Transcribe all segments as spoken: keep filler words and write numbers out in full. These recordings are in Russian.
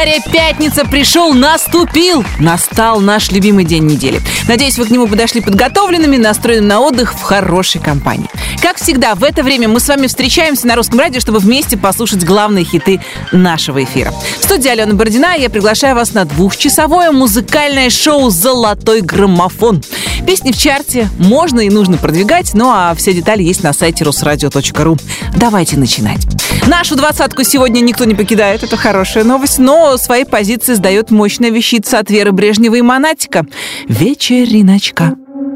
море, пятница, пришел, наступил. Настал наш любимый день недели. Надеюсь, вы к нему подошли подготовленными, настроенными на отдых в хорошей компании. Как всегда, в это время мы с вами встречаемся на Русском радио, чтобы вместе послушать главные хиты нашего эфира. В студии Алена Бородина, я приглашаю вас на двухчасовое музыкальное шоу «Золотой граммофон». Песни в чарте можно и нужно продвигать, ну а все детали есть на сайте русрадио точка ру. Давайте начинать. Нашу двадцатку сегодня никто не покидает, это хорошая новость, но свои позиции сдает мощная вещица от Веры Брежневой и Монатика. «Вечериночка».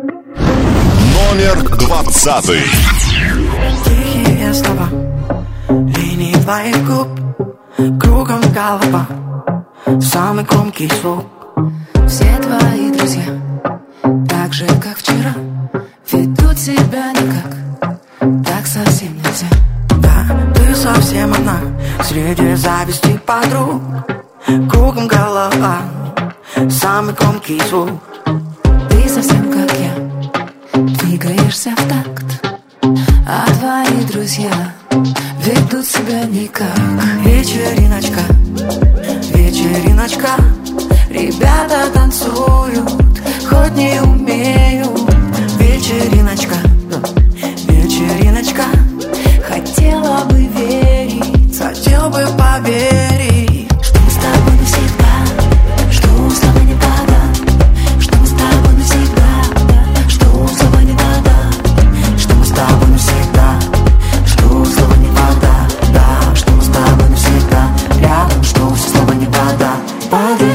Номер двадцатый. Тихие слова, линии твоих губ, кругом голова, самый громкий звук. Все твои друзья, так же, как вчера, ведут себя никак, так совсем нельзя. Да, ты совсем одна, среди зависти подруг, кругом голова, самый громкий звук. Ты совсем как я, двигаешься в такт, а твои друзья ведут себя никак. Вечериночка, вечериночка, ребята танцуют, хоть не умеют. Вечериночка, вечериночка, хотела бы верить, хотел бы поверить, что мы с тобой навсегда, что слова не вода, что мы с тобой навсегда, что слова не вода, что мы с тобой навсегда, что слова не вода, да, что мы с тобой навсегда, рядом, что все слова не вода, воды.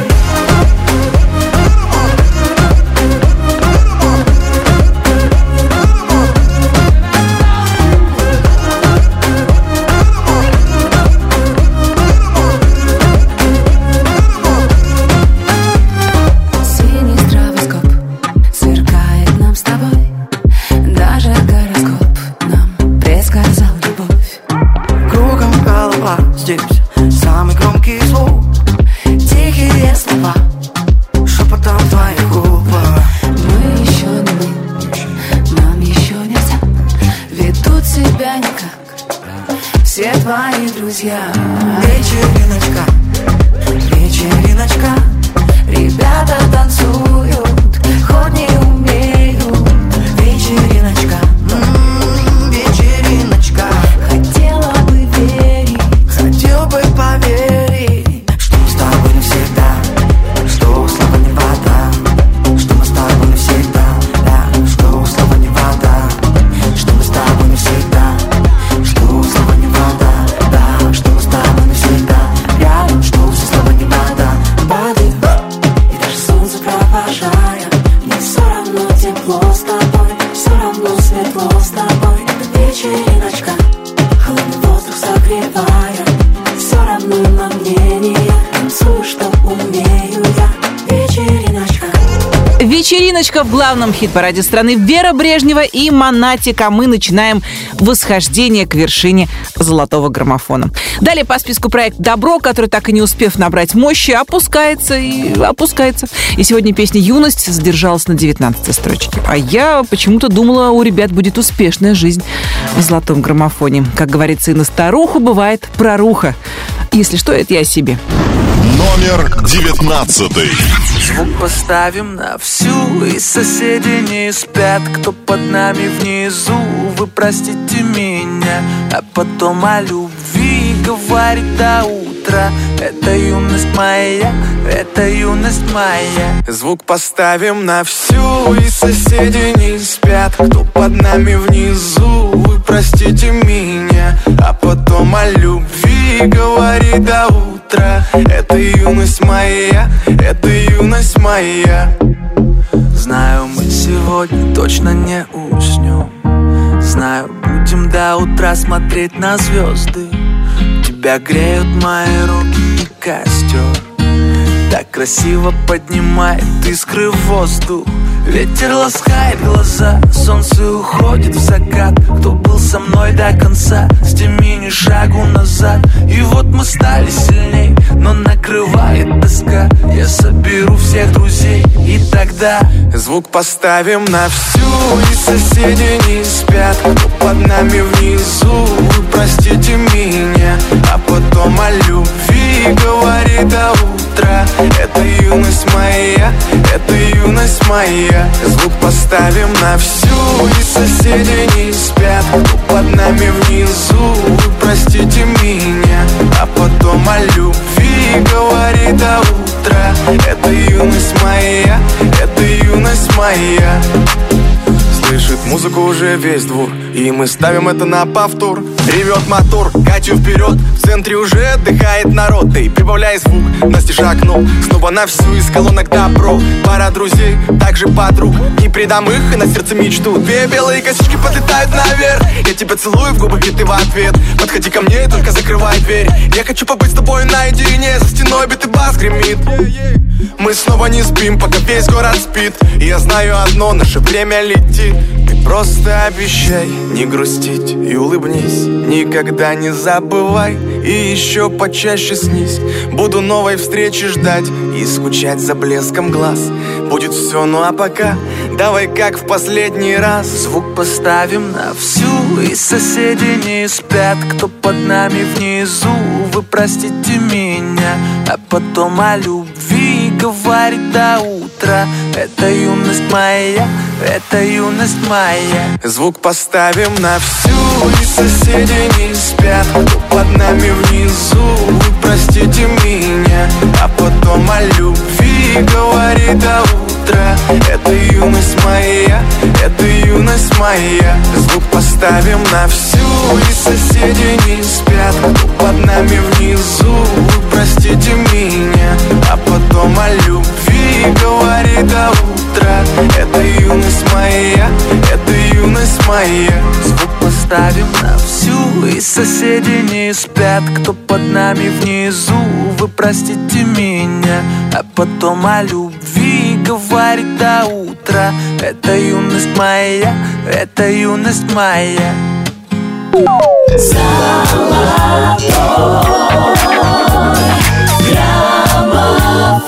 Здесь самый громкий звук, тихие слова, шепотом твоих губ. Мы еще не мы, нам еще нельзя, ведут себя никак, все твои друзья. Вечериночка, вечериночка, ребята танцуют, хоть не умеют. Вечериночка, м-м, вечериночка, хотела бы верить, хотел бы поверить, что мы с тобой навсегда, что слова не вода, что мы с тобой навсегда, да, что слова не вода, что мы с тобой навсегда, что слова не вода, да, что мы с тобой навсегда, рядом, что все слова не вода, воды. И даже солнце провожая, мне все равно тепло с тобой, все равно светло с тобой. Это вечериночка, холодный воздух согревая, все равно на мнение, танцую, что умею я. Вечериночка. Вечериночка в главном хит-параде страны. Вера Брежнева и Монатика. Мы начинаем восхождение к вершине золотого граммофона. Далее по списку проект «Добро», который, так и не успев набрать мощи, опускается и опускается. И сегодня песня «Юность» задержалась на девятнадцатой строчке. А я почему-то думала, у ребят будет успешная жизнь в золотом граммофоне. Как говорится, и на старуху бывает проруха. Если что, это я о себе. Номер девятнадцатый. Звук поставим на всю, и соседи не спят. Кто под нами внизу, вы простите меня. А потом о любви говорит до утра. Это юность моя, это юность моя. Звук поставим на всю, и соседи не спят. Кто под нами внизу, вы простите меня. А потом о любви говорит до утра. Это юность моя, это юность моя. Знаю, мы сегодня точно не уснем. Знаю, будем до утра смотреть на звезды. Тебя греют мои руки и костер. Так красиво поднимает искры в воздух. Ветер ласкает глаза, солнце уходит в закат. Кто был со мной до конца, сними ни шагу назад. И вот мы стали сильней, но накрывает тоска. Я соберу всех друзей, и тогда звук поставим на всю, и соседи не спят. Кто под нами внизу, вы простите меня, а потом о любви говорит до утра. Это юность моя, это юность моя. Звук поставим на всю, и соседи не спят, кто под нами внизу. Вы простите меня, а потом о любви говорит до утра. Это юность моя, это юность моя. Слышит музыку уже весь двор, и мы ставим это на повтор. Ревет мотор, Катю вперед, в центре уже отдыхает народ. Ты прибавляй звук, настежь окно, снова на всю из колонок добро. Пара друзей, также подруг, не предам их и на сердце мечту. Две белые косички подлетают наверх, я тебя целую в губы, и ты в ответ. Подходи ко мне и только закрывай дверь. Я хочу побыть с тобой наедине, за стеной битый бас гремит. Мы снова не спим, пока весь город спит. И я знаю одно, наше время летит. Ты просто обещай не грустить и улыбнись. Никогда не забывай и еще почаще снись. Буду новой встречи ждать и скучать за блеском глаз. Будет все, ну а пока давай как в последний раз. Звук поставим на всю, и соседи не спят, кто под нами внизу. Вы простите меня, а потом о любви говорит до утра. Это юность моя, это юность моя. Звук поставим на всю, и соседи не спят, кто под нами внизу. Вы простите меня, а потом о любви говорит до утра. Это юность моя, это юность моя. Звук поставим на всю, и соседи не спят, кто под нами внизу. Вы простите меня, а потом о любви говорит до утра. Это юность моя, это юность моя. Звук поставим на всю, и соседи не спят, кто под нами внизу. Вы простите меня, а потом о любви говорит до утра. Это юность моя, это юность моя. Золотой граммофон.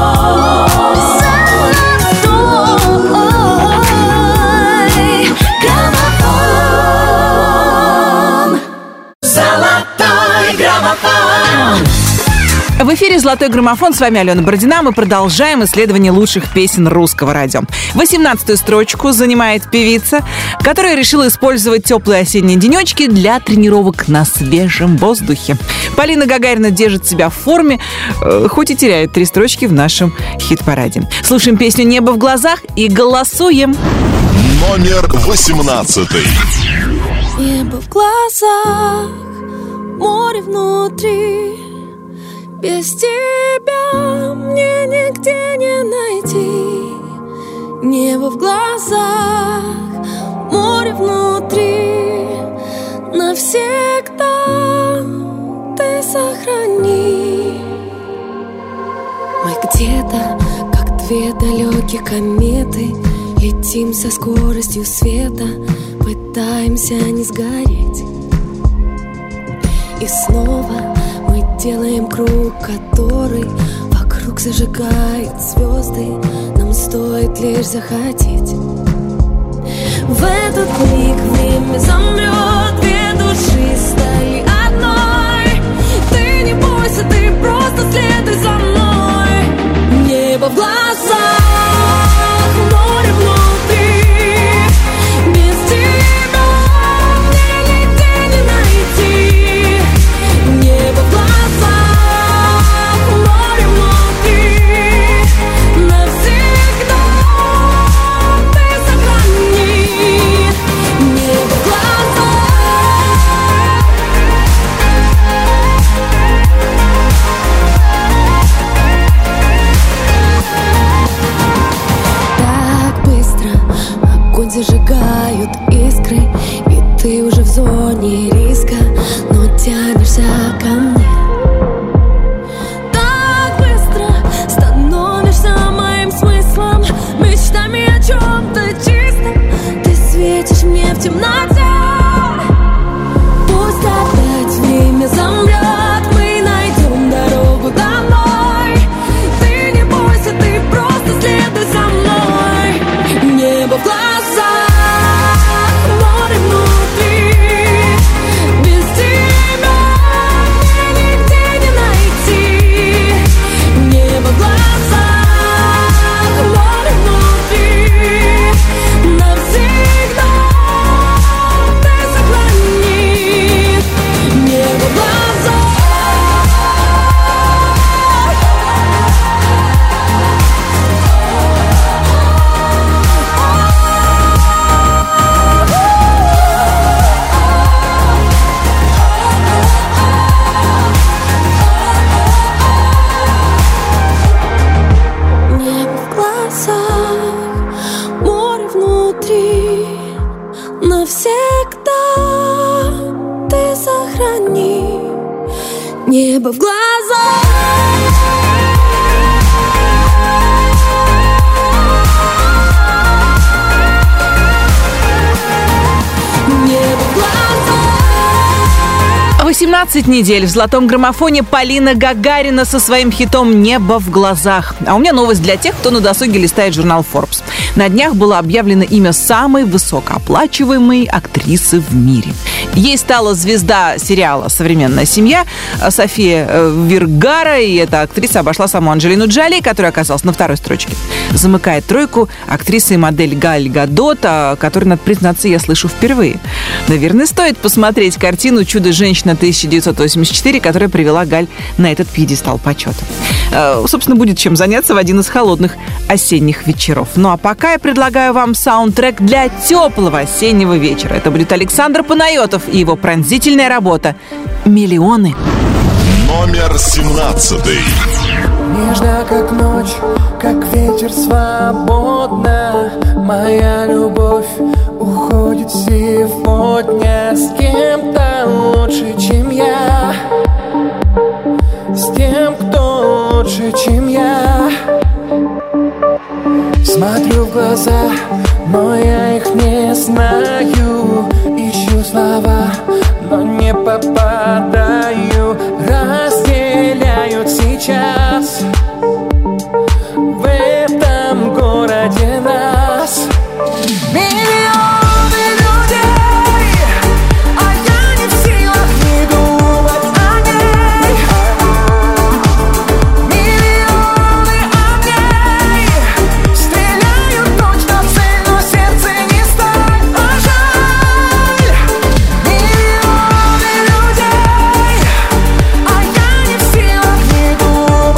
Золотой граммофон. В эфире «Золотой граммофон». С вами Алена Бородина. Мы продолжаем исследование лучших песен русского радио. восемнадцатую строчку занимает певица, которая решила использовать теплые осенние денечки для тренировок на свежем воздухе. Полина Гагарина держит себя в форме, э, хоть и теряет три строчки в нашем хит-параде. Слушаем песню «Небо в глазах» и голосуем. Номер восемнадцатый. Небо в глазах, море внутри. Без тебя мне нигде не найти. Небо в глазах, море внутри. Навсегда ты сохрани. Мы где-то, как две далекие кометы, летим со скоростью света, пытаемся не сгореть. И снова мы делаем круг, который вокруг зажигает звезды. Нам стоит лишь захотеть. В этот миг время замрет, две души стали одной. Ты не бойся, ты просто следуй за мной. Небо в глазах, море внутри. Без тебя мне нигде не найти. Небо в глазах, море внутри. Навсегда ты сохрани. Небо в глазах. Так быстро огонь зажигают искры, и ты уже в зоне риска, но тянешься ко мне. Так быстро становишься моим смыслом, мечтами о чем-то чистом. Ты светишь мне в темноте. Пусть опять время замрет, мы найдем дорогу домой. Ты не бойся, ты просто следуй за мной. Небо в глазах, море внутри. Без тебя Небо в глазах. восемнадцать недель в золотом граммофоне Полина Гагарина со своим хитом «Небо в глазах». А у меня новость для тех, кто на досуге листает журнал Forbes. На днях было объявлено имя самой высокооплачиваемой актрисы в мире. Ей стала звезда сериала «Современная семья» София Вергара, и эта актриса обошла саму Анджелину Джоли, которая оказалась на второй строчке. Замыкает тройку актриса и модель Галь Гадот, которую, надо признаться, я слышу впервые. Наверное, стоит посмотреть картину «Чудо-женщина» тысяча девятьсот восемьдесят четыре, которая привела Галь на этот пьедестал почета. Собственно, будет чем заняться в один из холодных осенних вечеров. Ну а пока я предлагаю вам саундтрек для теплого осеннего вечера. Это будет Александр Панайотов и его пронзительная работа «Миллионы». Номер семнадцатый. Нежно, как ночь, как ветер свободно. Моя любовь уходит сегодня с кем-то лучше, чем я. С тем, кто лучше, чем я. Смотрю в глаза, но я их не знаю. Ищу слова, но не попадаю. Разделяют сейчас в этом городе нас миллионы людей, а я не в силах не думать о ней. Миллионы огней стреляют точно в цель, но сердце не сталь, а жаль. Миллионы людей, а я не в силах не думать.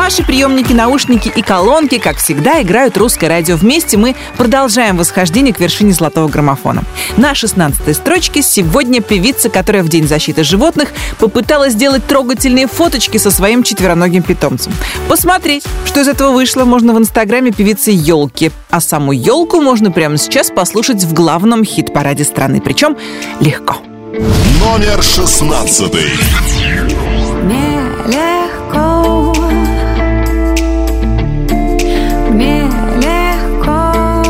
Ваши приемники, наушники и колонки, как всегда, играют русское радио. Вместе мы продолжаем восхождение к вершине золотого граммофона. На шестнадцатой строчке сегодня певица, которая в День защиты животных попыталась сделать трогательные фоточки со своим четвероногим питомцем. Посмотреть, что из этого вышло, можно в инстаграме певицы Ёлки. А саму Ёлку можно прямо сейчас послушать в главном хит-параде страны. Причем легко. Номер шестнадцатый. Мне легко, мне легко.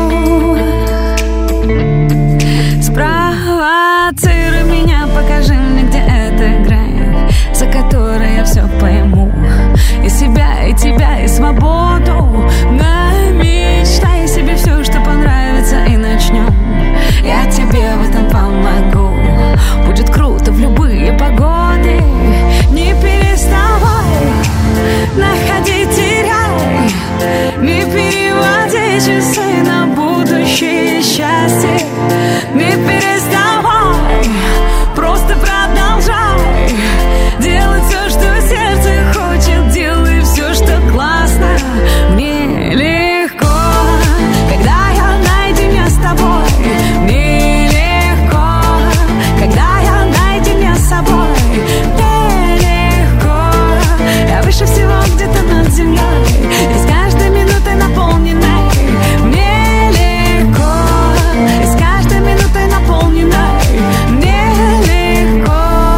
Спровоцируй меня, покажи мне, где эта грань, за которой я все пойму. И себя, и тебя, и свободу. Намечтай себе все, что понравится, и начнем. Я тебе в этом помогу. Будет круто в любые погоды. Не переставай, находи, теряй. Не переводи часы на будущее счастье. Не переставай, просто продолжай делать все, что сердце хочет. Делай все, что классно. Мне легко, когда я наедине с тобой. Мне легко, когда я наедине с собой. Мне легко, я выше всего где-то над землей, и с каждой минутой наполненной. Мне легко, и с каждой минутой наполненной. Мне легко.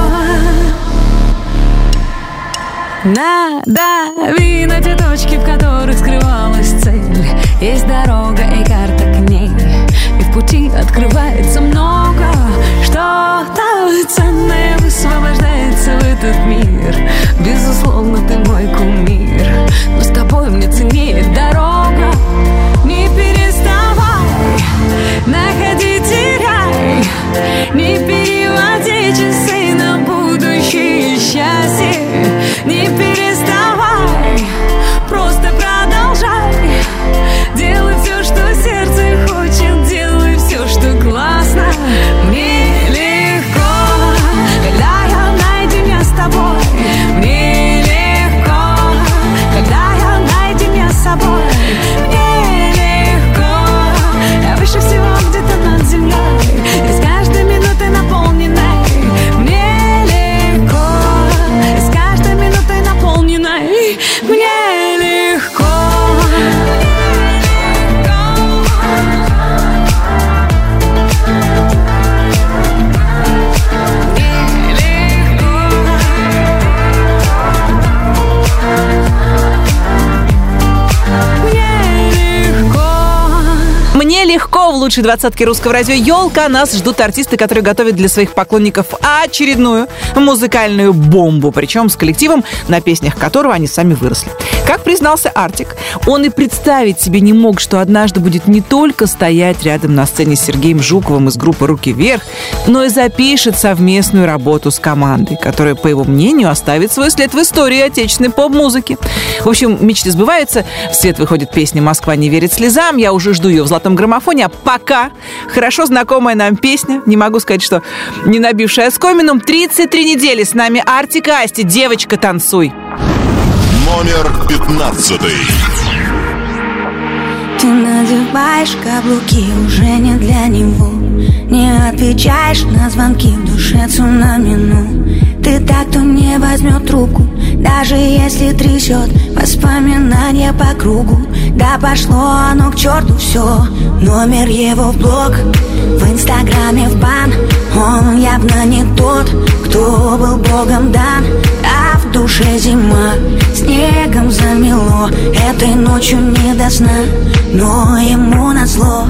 Надави на те точки, в которых скрывалась цель. Есть дорога и карта к ней, и в пути открывается много. Что-то ценное высвобождается в этот мир. Безусловно, ты мой кумир, но с тобой мне ценнее дорога. Не переставай, находи, теряй. Не переводи часы на будущее счастье. Не переставай, просто продолжай делай все, что сердце хочет. Делай все, что классно. Мне легко, когда я наедине с тобой. Мне легко, когда я наедине с собой. Мне легко, я выше всего где-то над землей, и с каждой минутой наполненной. Мне легко, и с каждой минутой наполненной. Мне легко. Мне легко в лучшей двадцатке русского радио «Ёлка». Нас ждут артисты, которые готовят для своих поклонников очередную музыкальную бомбу. Причем с коллективом, на песнях которого они сами выросли. Как признался Артик, он и представить себе не мог, что однажды будет не только стоять рядом на сцене с Сергеем Жуковым из группы «Руки вверх», но и запишет совместную работу с командой, которая, по его мнению, оставит свой след в истории отечественной поп-музыки. В общем, мечты сбываются. В свет выходит песня «Москва не верит слезам». Я уже жду ее в золотом граммофоне. А пока хорошо знакомая нам песня, не могу сказать, что не набившая оскомину. тридцать три недели с нами Артик и Асти. Девочка, танцуй. Номер пятнадцатый. Ты надеваешь каблуки уже не для него. Не отвечаешь на звонки, в душе цунами, ну. Ты так, кто не возьмет трубку, даже если трясет воспоминания по кругу. Да пошло оно к черту все. Номер его в блог, в инстаграме в бан. Он явно не тот, кто был богом дан. А в душе зима, снегом замело. Этой ночью не до сна, но ему назло.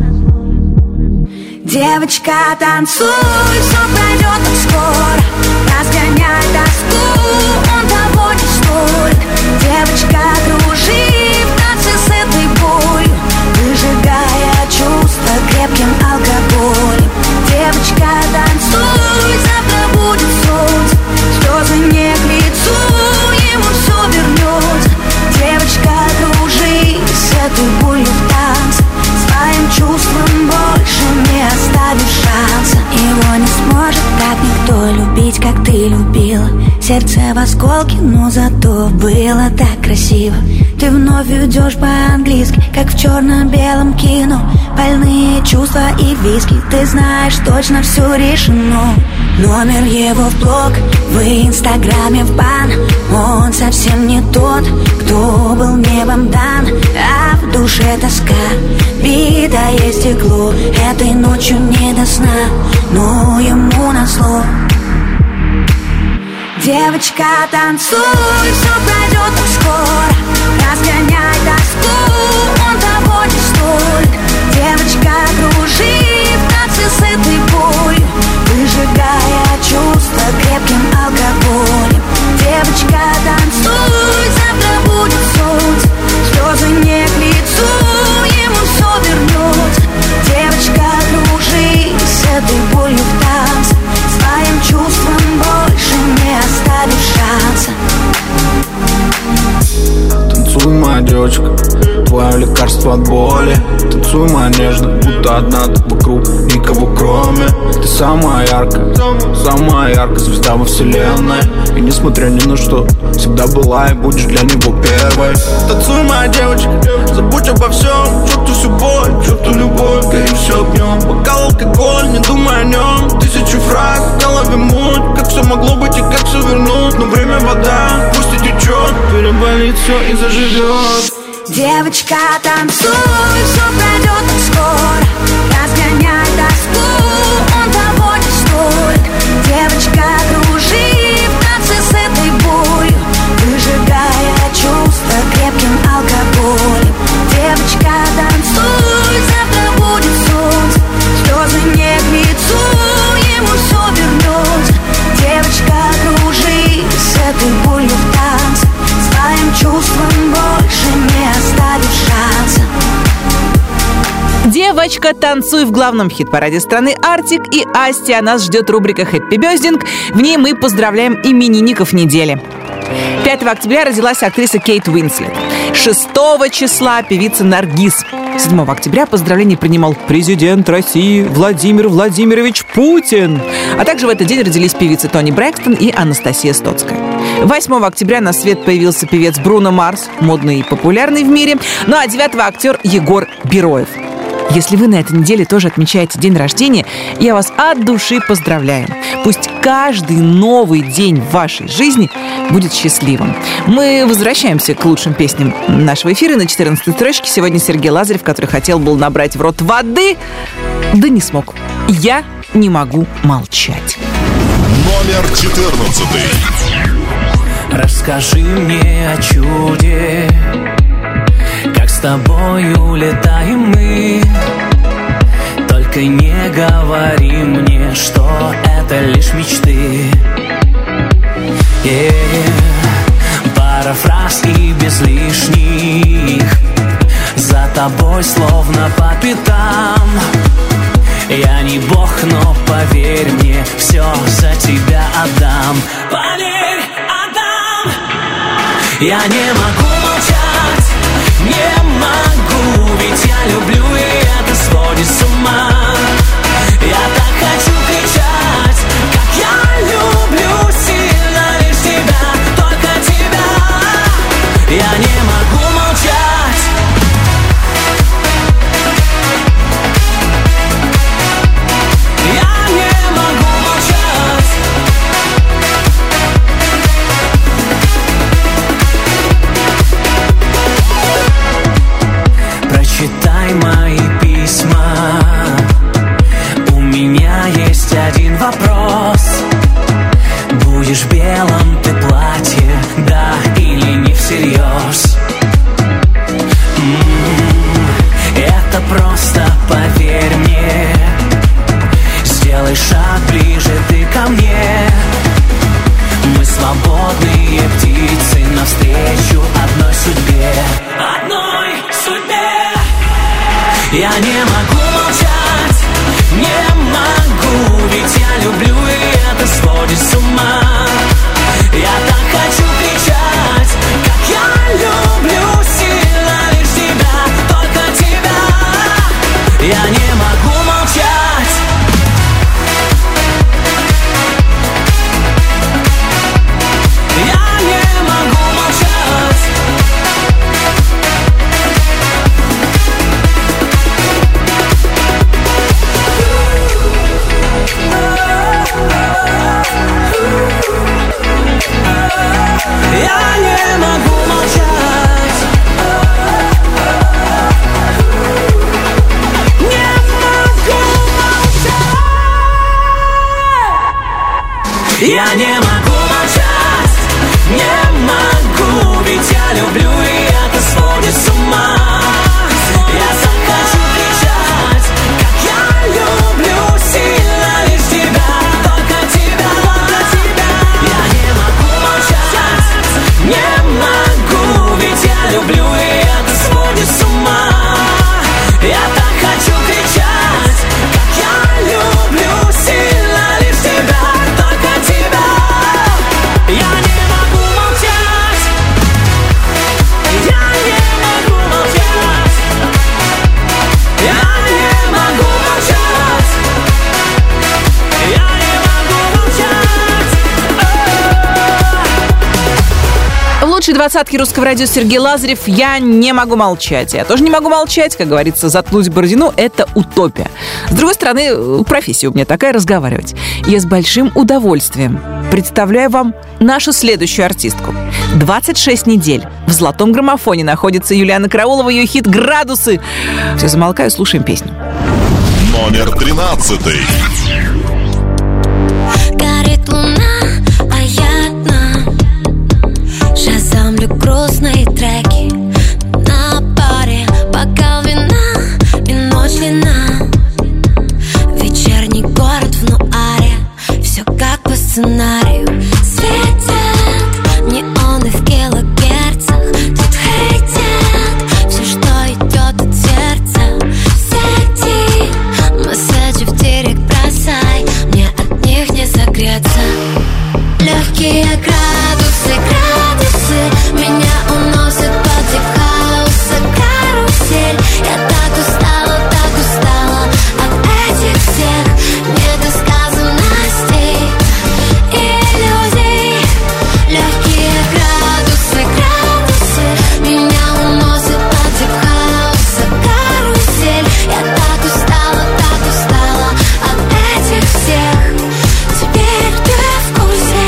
Девочка, танцуй, все пройдет так скоро. Разгоняй тоску, он того не стоит. Девочка, кружи в танце с этой болью, выжигая чувства крепким алкоголем. Девочка, танцуй, завтра будет солнце. Слезы не к лицу, ему все вернется. Девочка, кружи с этой болью в танце. Своим чувствам больше не оставишь шанса. Его не сможет так никто любить, как ты любила. сердце в осколке, но зато было так красиво. Ты вновь идешь по-английски, как в черно-белом кино. Больные чувства и виски, ты знаешь, точно все решено. Номер его в блог, в инстаграме в бан. Он совсем не тот, кто был небом дан. А в душе тоска, битое стекло. Этой ночью не до сна, но ему назло. Девочка, танцуй, все пройдет так скоро. Разгоняй тоску, он того не стоит. Девочка, кружи в танце с этой болью, выжигая чувства крепким алкоголем. Девочка, танцуй, завтра будет солнце. Слезы не к лицу, ему все вернется. Девочка, кружи с этой болью в танце. Своим чувствам больше не оставишь шанса. Танцуй, моя девочка, твое лекарство от боли. Танцуй, моя нежная, будто одна ты вокруг, никого кроме. Ты самая яркая, самая яркая звезда во вселенной. И несмотря ни на что, всегда была и будешь для него первой. Танцуй, моя девочка, забудь обо всем. Черту всю боль, черту любовь, гори все огнем. Бокал, алкоголь, не думай о нем. Тысячи фраз, в голове муть. Как все могло быть и как все вернуть. Но время вода, пусть и течет, переболит все и заживет. Девочка, танцуй, все пройдет так скоро. Разгоняй тоску, он того не стоит. Девочка, кружи в танце с этой болью, выжигая чувства крепким алкоголем. Девочка, танцуй, завтра будет солнце. Слезы не к лицу, ему все вернется. Девочка, кружи с этой болью в танце. Своим чувствам больше не оставишь шанса. Девочка, танцуй в главном хит-параде страны Артик и Асти. А нас ждет рубрика «Хэппи Бёздинг». В ней мы поздравляем именинников недели. пятого октября родилась актриса Кейт Уинслет. шестого числа певица Наргиз. седьмого октября поздравления принимал президент России Владимир Владимирович Путин. А также в этот день родились певицы Тони Брэкстон и Анастасия Стоцкая. восьмого октября на свет появился певец Бруно Марс, модный и популярный в мире. Ну а девятого актер Егор Бероев. Если вы на этой неделе тоже отмечаете день рождения, я вас от души поздравляю. Пусть каждый новый день в вашей жизни будет счастливым. Мы возвращаемся к лучшим песням нашего эфира. На четырнадцатой строчке сегодня Сергей Лазарев, который хотел был набрать в рот воды, да не смог. Я не могу молчать. Номер четырнадцатый. Расскажи мне о чуде, как с тобою летаем мы. Только не говори мне, что это лишь мечты. Yeah. Пара фраз и без лишних, за тобой словно по пятам. Я не бог, но поверь мне, все за тебя отдам. Поверь, отдам. Я не могу молчать, не могу, ведь я люблю, и это сводит с ума. Я так хочу кричать, как я люблю сильно лишь тебя, только тебя. Я не могу молчать. Я не могу молчать. Прочитай мои письма. У меня есть один вопрос. Будешь в белом ты платье, да или не всерьез? М-м-м, это просто поверь мне. Сделай шаг ближе ты ко мне. Мы свободные птицы навстречу одной судьбе. Одной судьбе. Я не могу молчать, не могу, ведь я люблю, и это сводит с ума. Я так хочу кричать, как я люблю сильно лишь тебя, только тебя. Я не могу молчать. Я не могу молчать, не могу, ведь я люблю, и это сводит с ума. Я сам хочу кричать, как я люблю сильно лишь тебя, только тебя, только тебя. Я не могу молчать, не могу, ведь я люблю, и это сводит с ума. Я так хочу кричать, как я люблю сильно лишь тебя, только тебя. Я не могу молчать, я не могу молчать, я не могу молчать, я не могу молчать. В лучшей двадцатке русского радио Сергей Лазарев «Я не могу молчать». Я тоже не могу молчать, как говорится, заткнуть бородину – это утопия. С другой стороны, профессия у меня такая – разговаривать. Я с большим удовольствием представляю вам нашу следующую артистку. двадцать шесть недель в золотом граммофоне находится Юлиана Караулова, ее хит «Градусы». Все, замолкаю, слушаем песню. Номер тринадцатый. Горит луна, а я одна. Шазамлю грустные треки на паре, бокал вина и ночь длина. Вечерний город в нуаре, все как по сценарию. Светят неоны в килогерцах, тут хейтят все, что идет от сердца. В сети месседжи в директ бросай, мне от них не согреться. Легкие градусы, градусы меня уносят под дип-хауса, карусель. Я так устала, так устала от этих всех недосказанностей, иллюзий. Легкие градусы, градусы меня уносят под дип-хауса, карусель. Я так устала, так устала от этих всех. Теперь ты в курсе.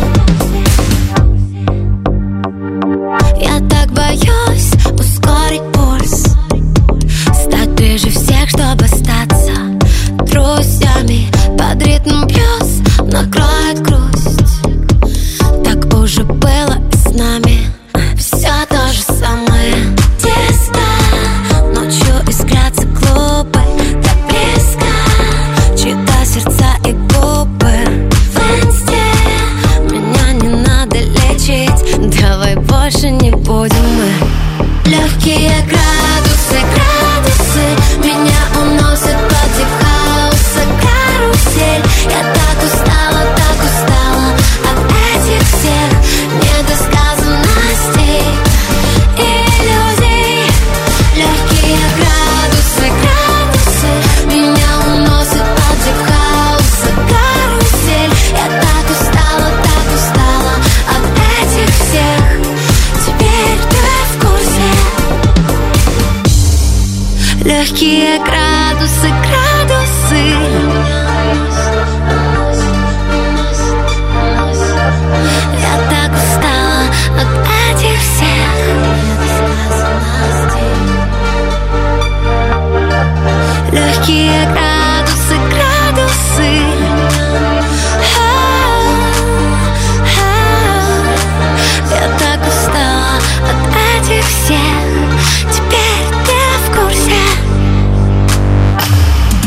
Я так боюсь ускорить пульс, стать ближе всех, чтобы остаться друзьями. Под ритм блюз накроет грусть. Так уже было и с нами. Все то же самое. Тесто ночью искрятся клубы, так близко чьи-то сердца и губы. В инсте меня не надо лечить, давай больше не будем мы. Легкие градусы, градусы меня уносят под дип-хауса, карусель. Я так устала, так устала от этих всех недосказанностей, иллюзий. Легкие градусы, градусы меня уносят под дип-хауса, карусель. Я так устала, так устала от этих всех. Теперь ты в курсе. Легкие градусы, градусы. Я так устала от этих всех. Легкие градусы, градусы. Я так устала от этих всех. Теперь ты в курсе.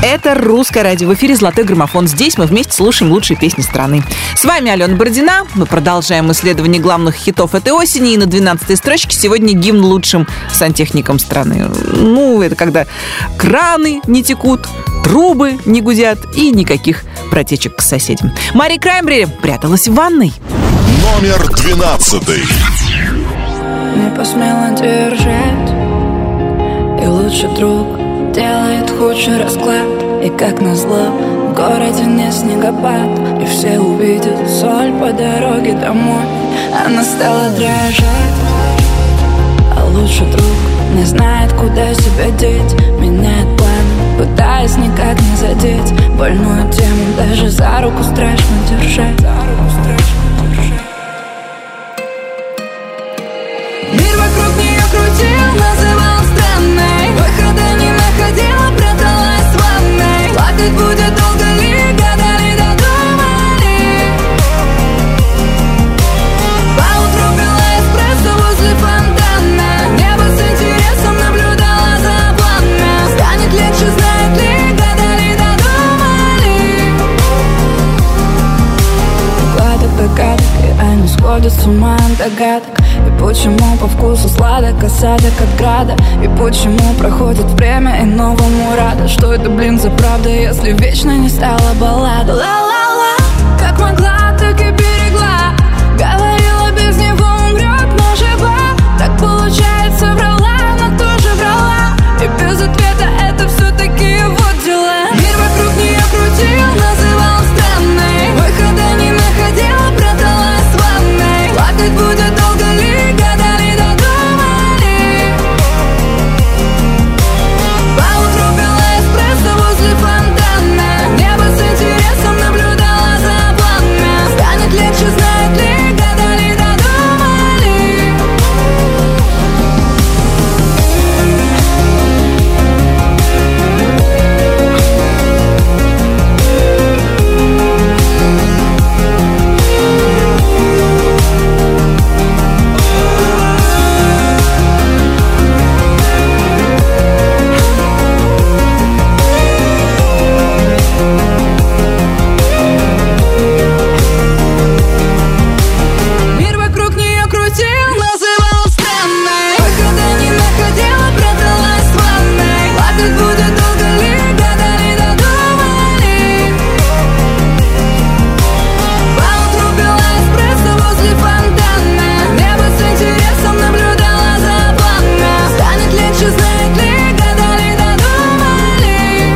Это «Русское радио». В эфире «Золотой граммофон». Здесь мы вместе слушаем лучшие песни страны. С вами Алена Бородина. Мы продолжаем исследование главных хитов этой осени. И на двенадцатой строчке сегодня гимн лучшим сантехникам страны. Ну, это когда краны не текут, трубы не гудят и никаких протечек к соседям. Мари Краймбрери пряталась в ванной. Номер двенадцатый. Не посмела держать, и лучший друг делает худший расклад. И как назло, в городе не снегопад, и все увидят соль по дороге домой. Она стала дрожать, а лучший друг не знает, куда себя деть. Меняет планы, пытаясь никак не задеть больную тему. Даже за руку страшно держать. Мир вокруг нее крутил, называл странной. Выхода не находила, пряталась в ванной. Плакать будет долго ли, гадали, додумали. Поутру пила эспрессо возле фонтана. Небо с интересом наблюдала за пламя. Станет легче, знает ли, гадали, додумали. Гладок догадок, и они сходят с ума от догадок. И почему по вкусу сладок осадок от града? И почему проходит время и новому рада? Что это, блин, за правда, если вечно не стала баллада? Ла-ла-ла, как могла, так и берегла. Говорила, без него умрет, но жива. Так получается, врала, она тоже врала. И без ответа это все-таки его дела. Мир вокруг нее крутил, называл странной. Выхода не находила, пряталась в ванной. Плакать будет долго ли, гадали, додумали. Поутру пила эспрессо возле фонтана. Небо с интересом наблюдала за пламя. Станет легче, знает ли, гадали, додумали. Мир вокруг нее крутил, называл странной. Выхода не находила, пряталась в ванной. Плакать будет долго ли, гадали, додумали. Поутру пила эспрессо возле фонтана. Небо с интересом наблюдала за пламя. Станет легче, знает ли, гадали, додумали.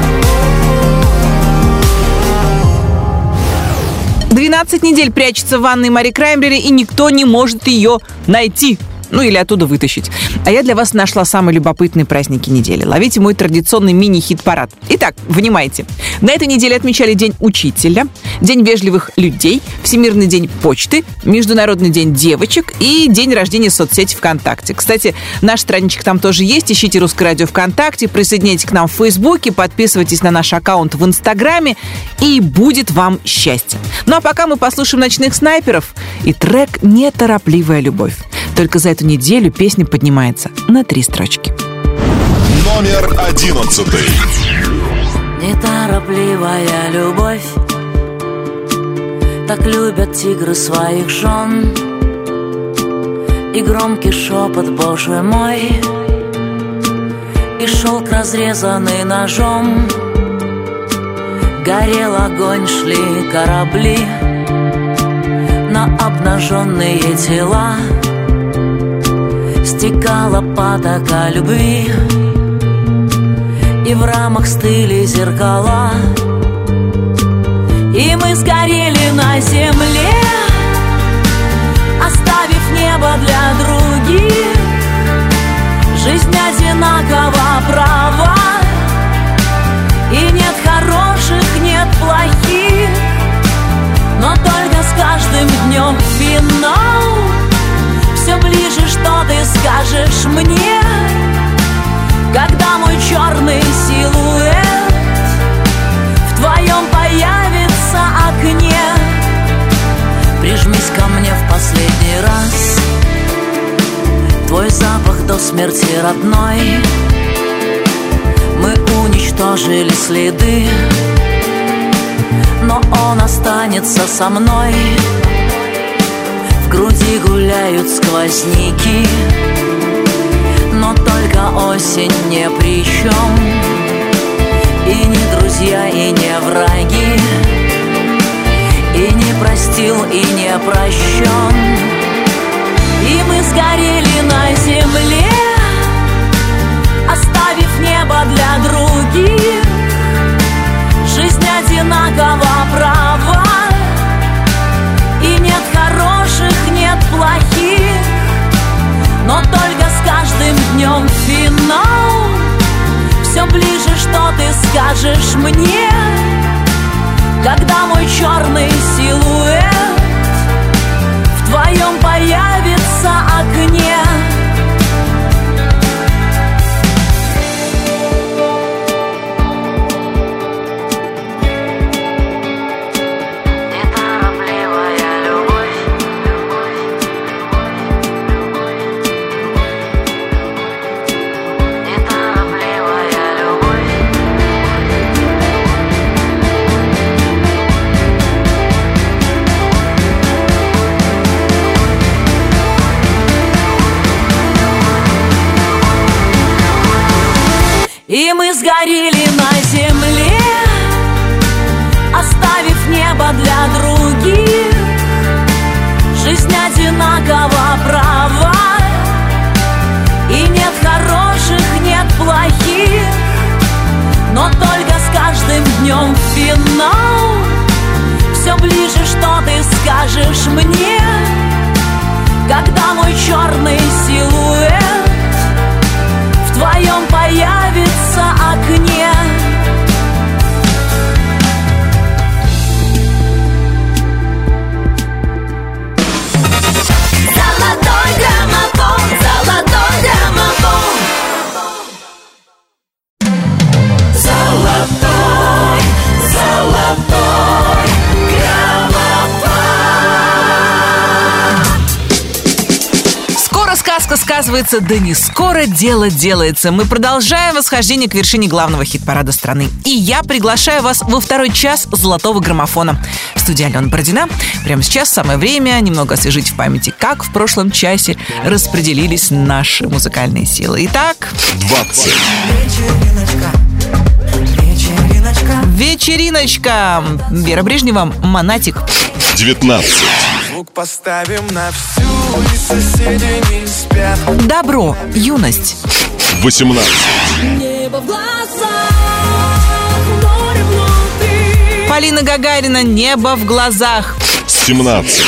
двенадцать недель прячется в ванной Мари Краймбрери, и никто не может ее найти. Ну, или оттуда вытащить. А я для вас нашла самые любопытные праздники недели. Ловите мой традиционный мини-хит-парад. Итак, внимайте. На этой неделе отмечали День учителя, День вежливых людей, Всемирный день почты, Международный день девочек и день рождения соцсети ВКонтакте. Кстати, наш страничка там тоже есть. Ищите «Русское радио» ВКонтакте, присоединяйтесь к нам в Фейсбуке, подписывайтесь на наш аккаунт в Инстаграме, и будет вам счастье. Ну, а пока мы послушаем «Ночных снайперов» и трек «Неторопливая любовь». Только за эту неделю песня поднимается на три строчки. Номер одиннадцатый. Неторопливая любовь, так любят тигры своих жен. И громкий шепот, Боже мой, и шелк, разрезанный ножом. Горел огонь, шли корабли на обнаженные тела. Стекала потока любви, и в рамах стыли зеркала. И мы сгорели на земле, оставив небо для других. Жизнь одинакова права, и нет хороших, нет плохих. Но только с каждым днем финал. Все ближе, что ты скажешь мне, когда мой черный силуэт в твоем появится окне. Прижмись ко мне в последний раз, твой запах до смерти родной. Мы уничтожим уничтожили следы, но он останется со мной. В груди гуляют сквозняки, но только осень не при чем. И не друзья, и не враги, и не простил, и не прощен. И мы сгорели на земле, оставив небо для других. Жизнь одинаково права, и нет хороших, нет плохих. Но только с каждым днем финал. Все ближе, что ты скажешь мне, когда мой черный силуэт в твоем появится окне. И мы сгорели на земле, оставив небо для других. Жизнь одинаково права, и нет хороших, нет плохих. Но только с каждым днем финал. Все ближе, что ты скажешь мне, когда мой черный силуэт в твоем появится окне. Золотой граммофон, золотой граммофон. Золотой, золотой граммофон. Скоро сказка сказывается, да не скоро дело делается. Мы продолжаем восхождение к вершине главного хит-парада страны. И я приглашаю вас во второй час «Золотого граммофона». В студии Алена Бородина. Прямо сейчас самое время немного освежить в памяти, как в прошлом часе распределились наши музыкальные силы. Итак... двадцать. Вечериночка. Вечериночка. Вера Брежнева, «Монатик». девятнадцать. Звук поставим на всю, и соседи не спят. Добро. Юность. восемнадцать. Небо в глазах, море внутри. Полина Гагарина, «Небо в глазах». семнадцать.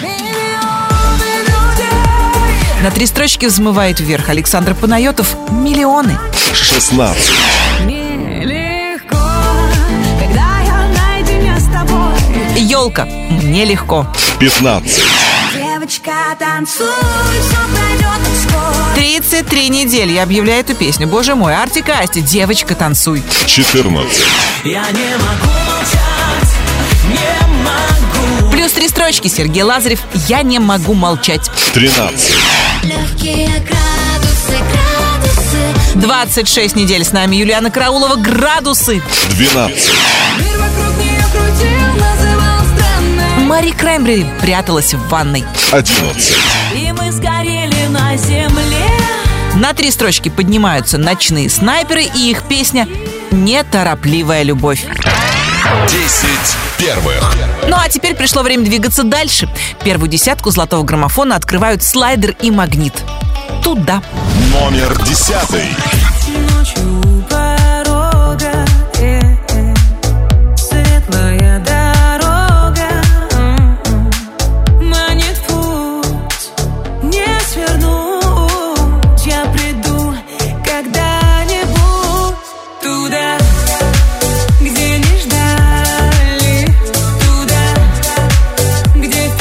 На три строчки взмывает вверх Александр Панайотов, «Миллионы». шестнадцать. Нелегко, когда я наедине с тобой. Елка, «Мне легко». пятнадцать. Девочка, танцуй, все пройдет так скоро. тридцать три недели я объявляю эту песню. Боже мой, Артик и Асти, «Девочка, танцуй». четырнадцать. Я не могу молчать, не могу. Плюс три строчки Сергей Лазарев, «Я не могу молчать». тринадцать. Легкие градусы, градусы. двадцать шесть недель с нами Юлиана Караулова, «Градусы». двенадцать. Мир вокруг нее крутил, называл странной. Мари Краймбрери пряталась в ванной. одиннадцать. И мы сгорели на земле. На три строчки поднимаются «Ночные снайперы» и их песня «Неторопливая любовь». десять первых. Ну а теперь пришло время двигаться дальше. Первую десятку «Золотого граммофона» открывают «Слайдер» и «Магнит». Туда. Номер десятый. Ночью порога, э, э, светлая дорога, м-м, манит путь, не свернуть. Я приду когда-нибудь туда, где не ждали, туда, где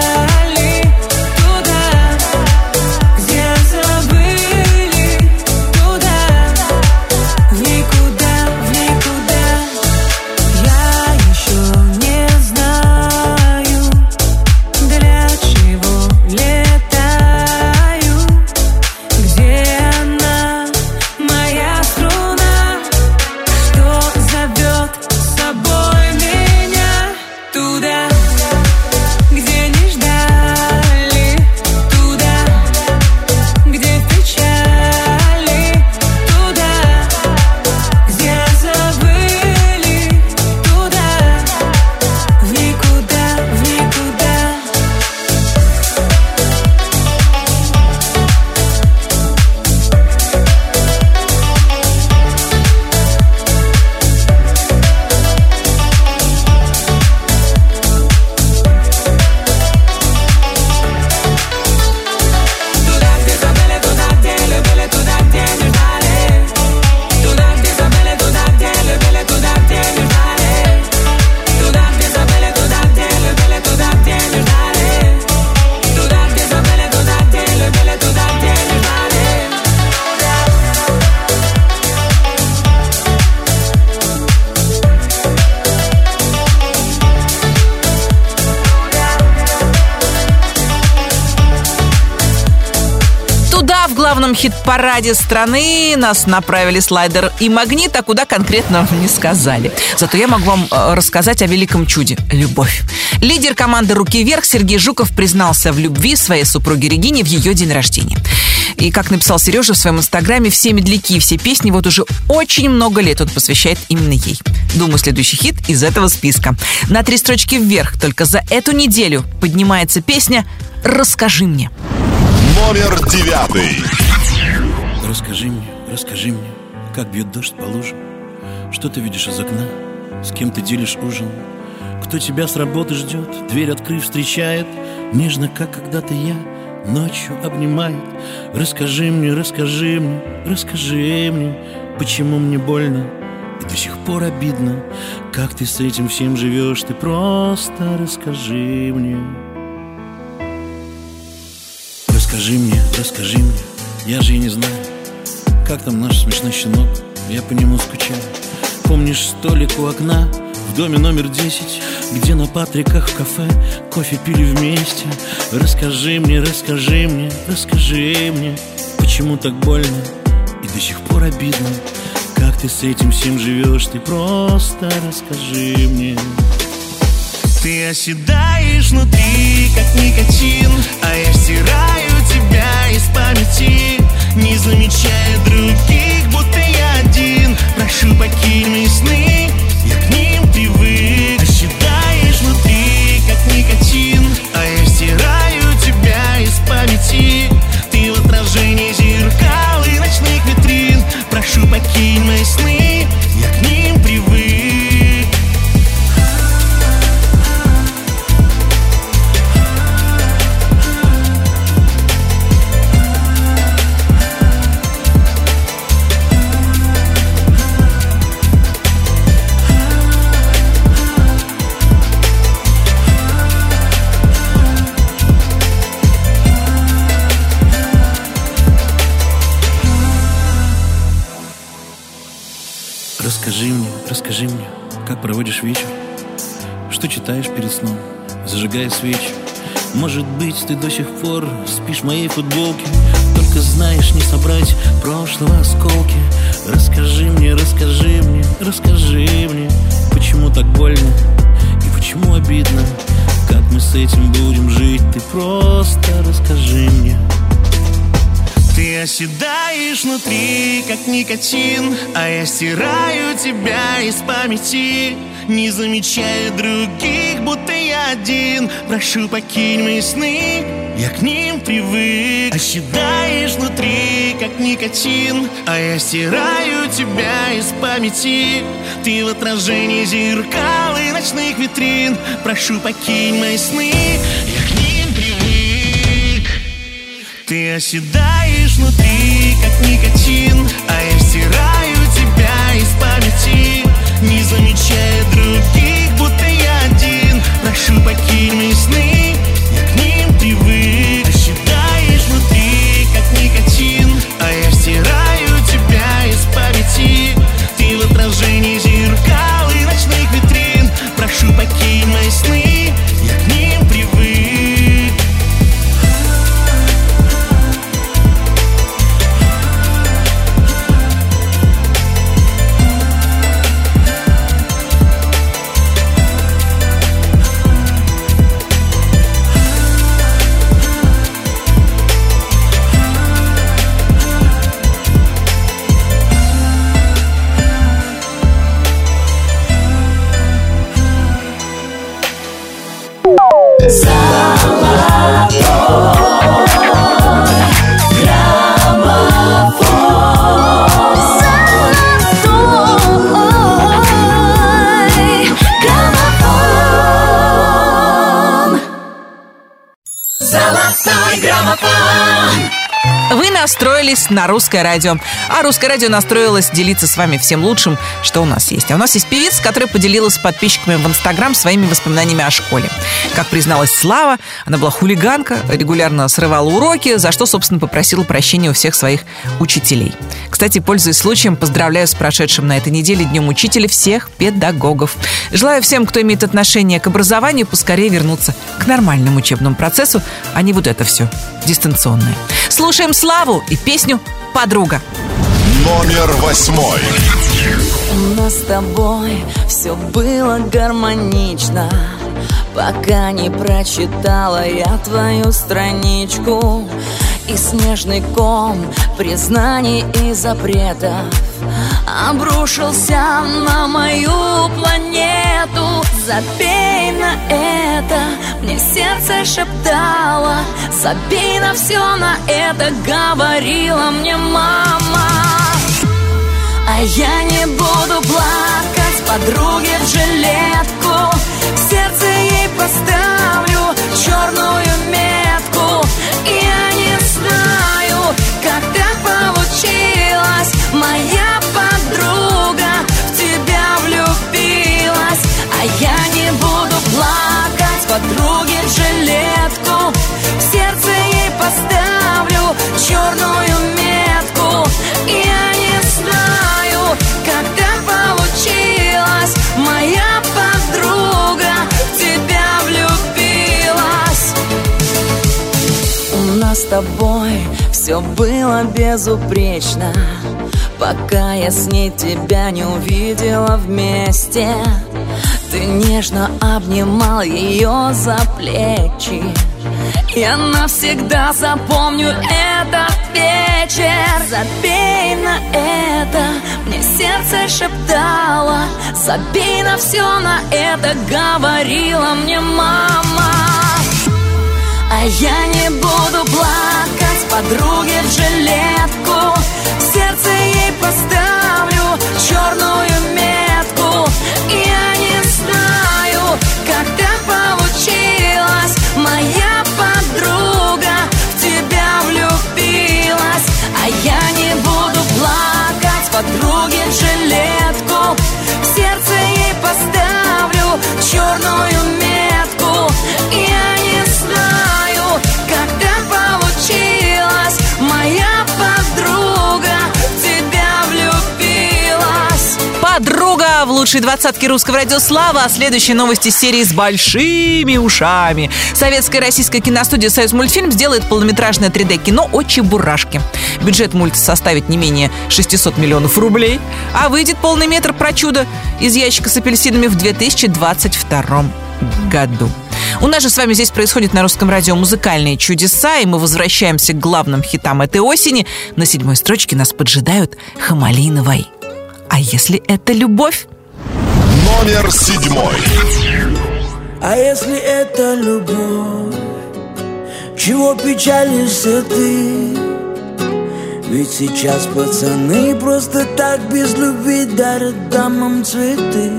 печали, туда, где забыли, главном хит-параде страны нас направили «Слайдер» и «Магнит», а куда конкретно не сказали. Зато я могу вам э, рассказать о великом чуде – любовь. Лидер команды «Руки вверх» Сергей Жуков признался в любви своей супруге Регине в ее день рождения. И, как написал Сережа в своем инстаграме, все медляки, все песни вот уже очень много лет он посвящает именно ей. Думаю, следующий хит из этого списка. На три строчки вверх только за эту неделю поднимается песня «Расскажи мне». Номер девятый. Расскажи мне, расскажи мне, как бьет дождь по лужам. Что ты видишь из окна, с кем ты делишь ужин. Кто тебя с работы ждет, дверь открыв встречает, нежно, как когда-то я, ночью обнимает. Расскажи мне, расскажи мне, расскажи мне, почему мне больно и до сих пор обидно. Как ты с этим всем живешь, ты просто расскажи мне. Расскажи мне, расскажи мне, я же и не знаю, как там наш смешной щенок, я по нему скучаю. Помнишь столик у окна в доме номер десять, где на Патриках в кафе кофе пили вместе? Расскажи мне, расскажи мне, расскажи мне, почему так больно и до сих пор обидно. Как ты с этим всем живешь, ты просто расскажи мне. Ты оседаешь внутри, как никотин, а я стираю тебя из памяти, не замечая других, будто я один. Прошу, покинь мои сны, я к ним привык. Оседаешь внутри, как никотин, а я стираю тебя из памяти. Ты в отражении зеркал и ночных витрин. Прошу, покинь мои сны, я к ним привык. Расскажи мне, расскажи мне, как проводишь вечер, что читаешь перед сном, зажигая свечи. Может быть, ты до сих пор спишь в моей футболке, только знаешь не собрать прошлого осколки. Расскажи мне, расскажи мне, расскажи мне, почему так больно и почему обидно. Как мы с этим будем жить, ты просто расскажи мне. Ты оседаешь внутри, как никотин, а я стираю тебя из памяти, не замечая других, будто я один. Прошу, покинь мои сны, я к ним привык. Оседаешь внутри, как никотин, а я стираю тебя из памяти. Ты в отражении зеркал и ночных витрин. Прошу, покинь мои сны, я к ним привык. Ты оседаешь внутри, как никотин, а я стираю тебя из памяти, не замечая других, будто я один. Прошу, покинь мои сны, я к ним привык. Оседаешь внутри, как никотин, а я стираю тебя из памяти. Ты в отражении зеркал и ночных витрин. Прошу, покинь мои сны, я к ним привык. Вы настроились на Русское радио. А Русское радио настроилось делиться с вами всем лучшим, что у нас есть. А у нас есть певица, которая поделилась с подписчиками в Инстаграм своими воспоминаниями о школе. Как призналась Слава, она была хулиганка, регулярно срывала уроки, за что, собственно, попросила прощения у всех своих учителей. Кстати, пользуясь случаем, поздравляю с прошедшим на этой неделе Днем Учителя всех педагогов. Желаю всем, кто имеет отношение к образованию, поскорее вернуться к нормальному учебному процессу, а не вот это все дистанционное. Слушаем Славу и песню «Подруга». Номер восьмой. У нас с тобой все было гармонично, пока не прочитала я твою страничку. И снежный ком признаний и запретов обрушился на мою планету. Забей на это, мне сердце шептало. Забей на все на это, говорила мне мама. А я не буду плакать подруге в жилетку, в сердце ей поставлю черную метку. И я не знаю, как так получилось, моя подруга в тебя влюбилась. А я не буду плакать подруге в жилетку, в сердце ей поставлю черную метку. И я не знаю, как так получилось, моя подруга в тебя влюбилась. У нас с тобой все было безупречно, пока я с ней тебя не увидела вместе. Ты нежно обнимал ее за плечи. Я навсегда запомню этот вечер. Забей на это, мне сердце шептало. Забей на все на это, говорила мне мама. А я не буду плакать подруге в жилетку, в сердце ей поставлю черную метку. И я не знаю, как так получилось, моя подруга в тебя влюбилась. А я не буду плакать подруге в жилетку, в сердце ей поставлю черную метку. И я не знаю, как так получилось, моя подруга в тебя влюбилась. Подруга в лучшей двадцатке русского радио «Слава». А следующие новости серии с большими ушами. Советская и российская киностудия «Союзмультфильм» сделает полнометражное три дэ-кино о Чебурашке. Бюджет мульта составит не менее шестьсот миллионов рублей, а выйдет полный метр про чудо из ящика с апельсинами в две тысячи двадцать втором году. У нас же с вами здесь происходит на русском радио музыкальные чудеса, и мы возвращаемся к главным хитам этой осени. На седьмой строчке нас поджидают Хамалиновой. А если это любовь? Номер седьмой. А если это любовь, чего печалишься ты? Ведь сейчас пацаны просто так без любви дарят дамам цветы.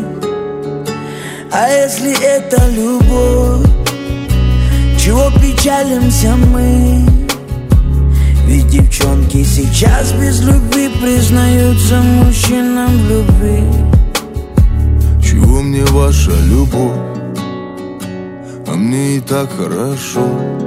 А если это любовь, чего печалимся мы? Ведь девчонки сейчас без любви признаются мужчинам в любви. Чего мне ваша любовь? А мне и так хорошо.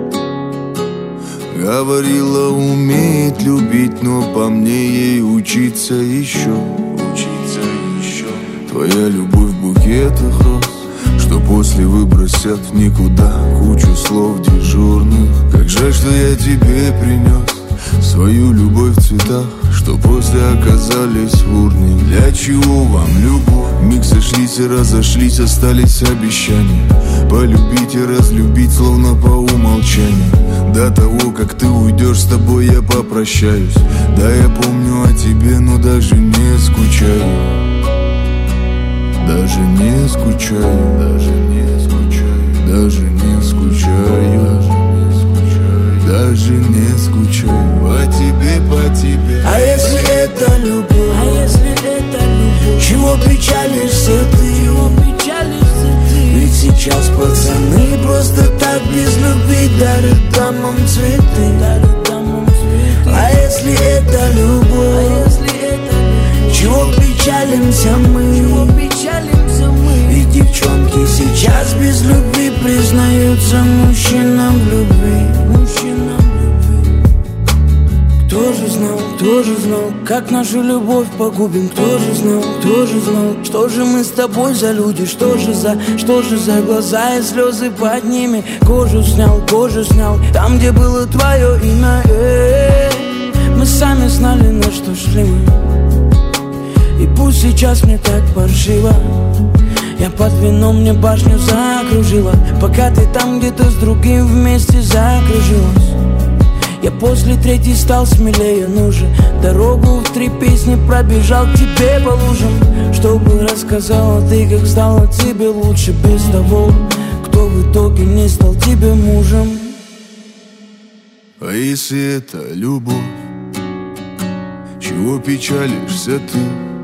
Говорила, умеет любить, но по мне ей учиться еще. Учиться еще. Твоя любовь в букетах роз, что после выбросят в никуда кучу слов дежурных. Как жаль, что я тебе принес свою любовь в цветах, что после оказались в урне. Для чего вам любовь? Миг сошлись и разошлись, остались обещания полюбить и разлюбить, словно по умолчанию. До того, как ты уйдешь, с тобой я попрощаюсь. Да, я помню о тебе, но даже не скучаю. Даже не скучаю, даже не скучаю, даже не скучаю, даже не скучаю по тебе, по тебе. А если это любовь, а если это любовь, чего печалишься ты? Чего печалишься ты? Ведь сейчас пацаны просто так без любви дарят дамам цветы, дарят дамам цветы. А если это любовь, а если это любовь, чего печалимся мы? Чего печалимся мы? Ведь девчонки сейчас без любви признаются мужчинам в любви, мужчинам в любви. Кто же знал, кто же знал, как нашу любовь погубим? Кто же знал, кто же знал, что же мы с тобой за люди? Что же за, что же за глаза и слезы под ними? Кожу снял, кожу снял, там, где было твое имя. Эй, мы сами знали, на что шли мы. И пусть сейчас мне так паршиво, я под вином, мне башню закружила, пока ты там где-то с другим вместе закружилась. Я после третьей стал смелее, ну же, дорогу в три песни пробежал к тебе по лужам, чтобы рассказала ты, как стало тебе лучше без того, кто в итоге не стал тебе мужем. А если это любовь, чего печалишься ты?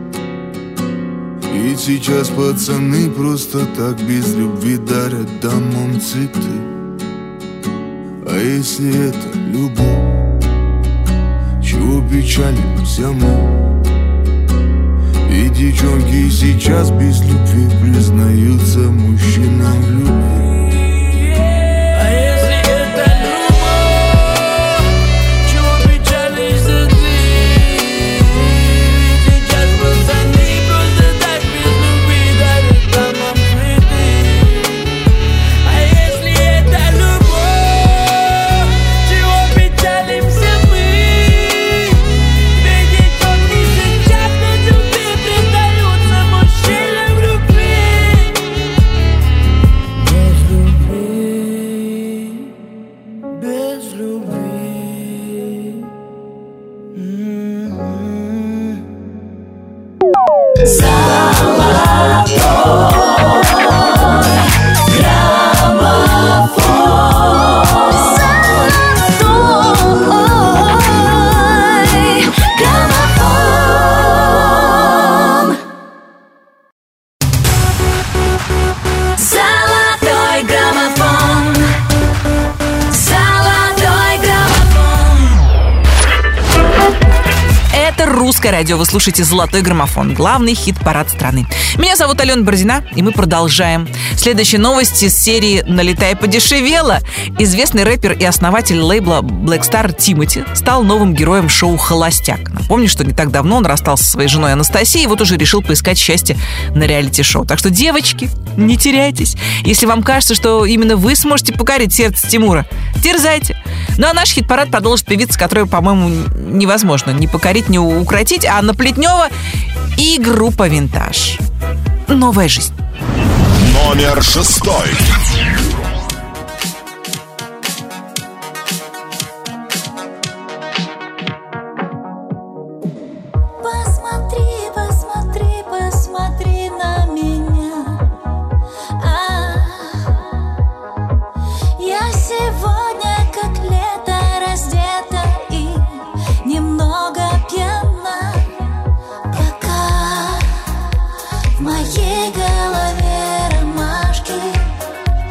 Ведь сейчас пацаны просто так без любви дарят домом цветы. А если это любовь, чего печалимся мы? Ведь девчонки сейчас без любви признаются мужчинам в любви. Русское радио, вы слушаете «Золотой граммофон», главный хит-парад страны. Меня зовут Алена Бородина, и мы продолжаем. Следующие новости с серии «Налетай подешевело». Известный рэпер и основатель лейбла Black Star Тимати стал новым героем шоу «Холостяк». Напомню, что не так давно он расстался со своей женой Анастасией, и вот уже решил поискать счастье на реалити-шоу. Так что, девочки, не теряйтесь. Если вам кажется, что именно вы сможете покорить сердце Тимура, дерзайте. Ну а наш хит-парад продолжит певица, которую, по-моему, невозможно ни покорить, ни укротить, Анна Плетнева и группа «Винтаж». Новая жизнь. Номер шестой. В моей голове ромашки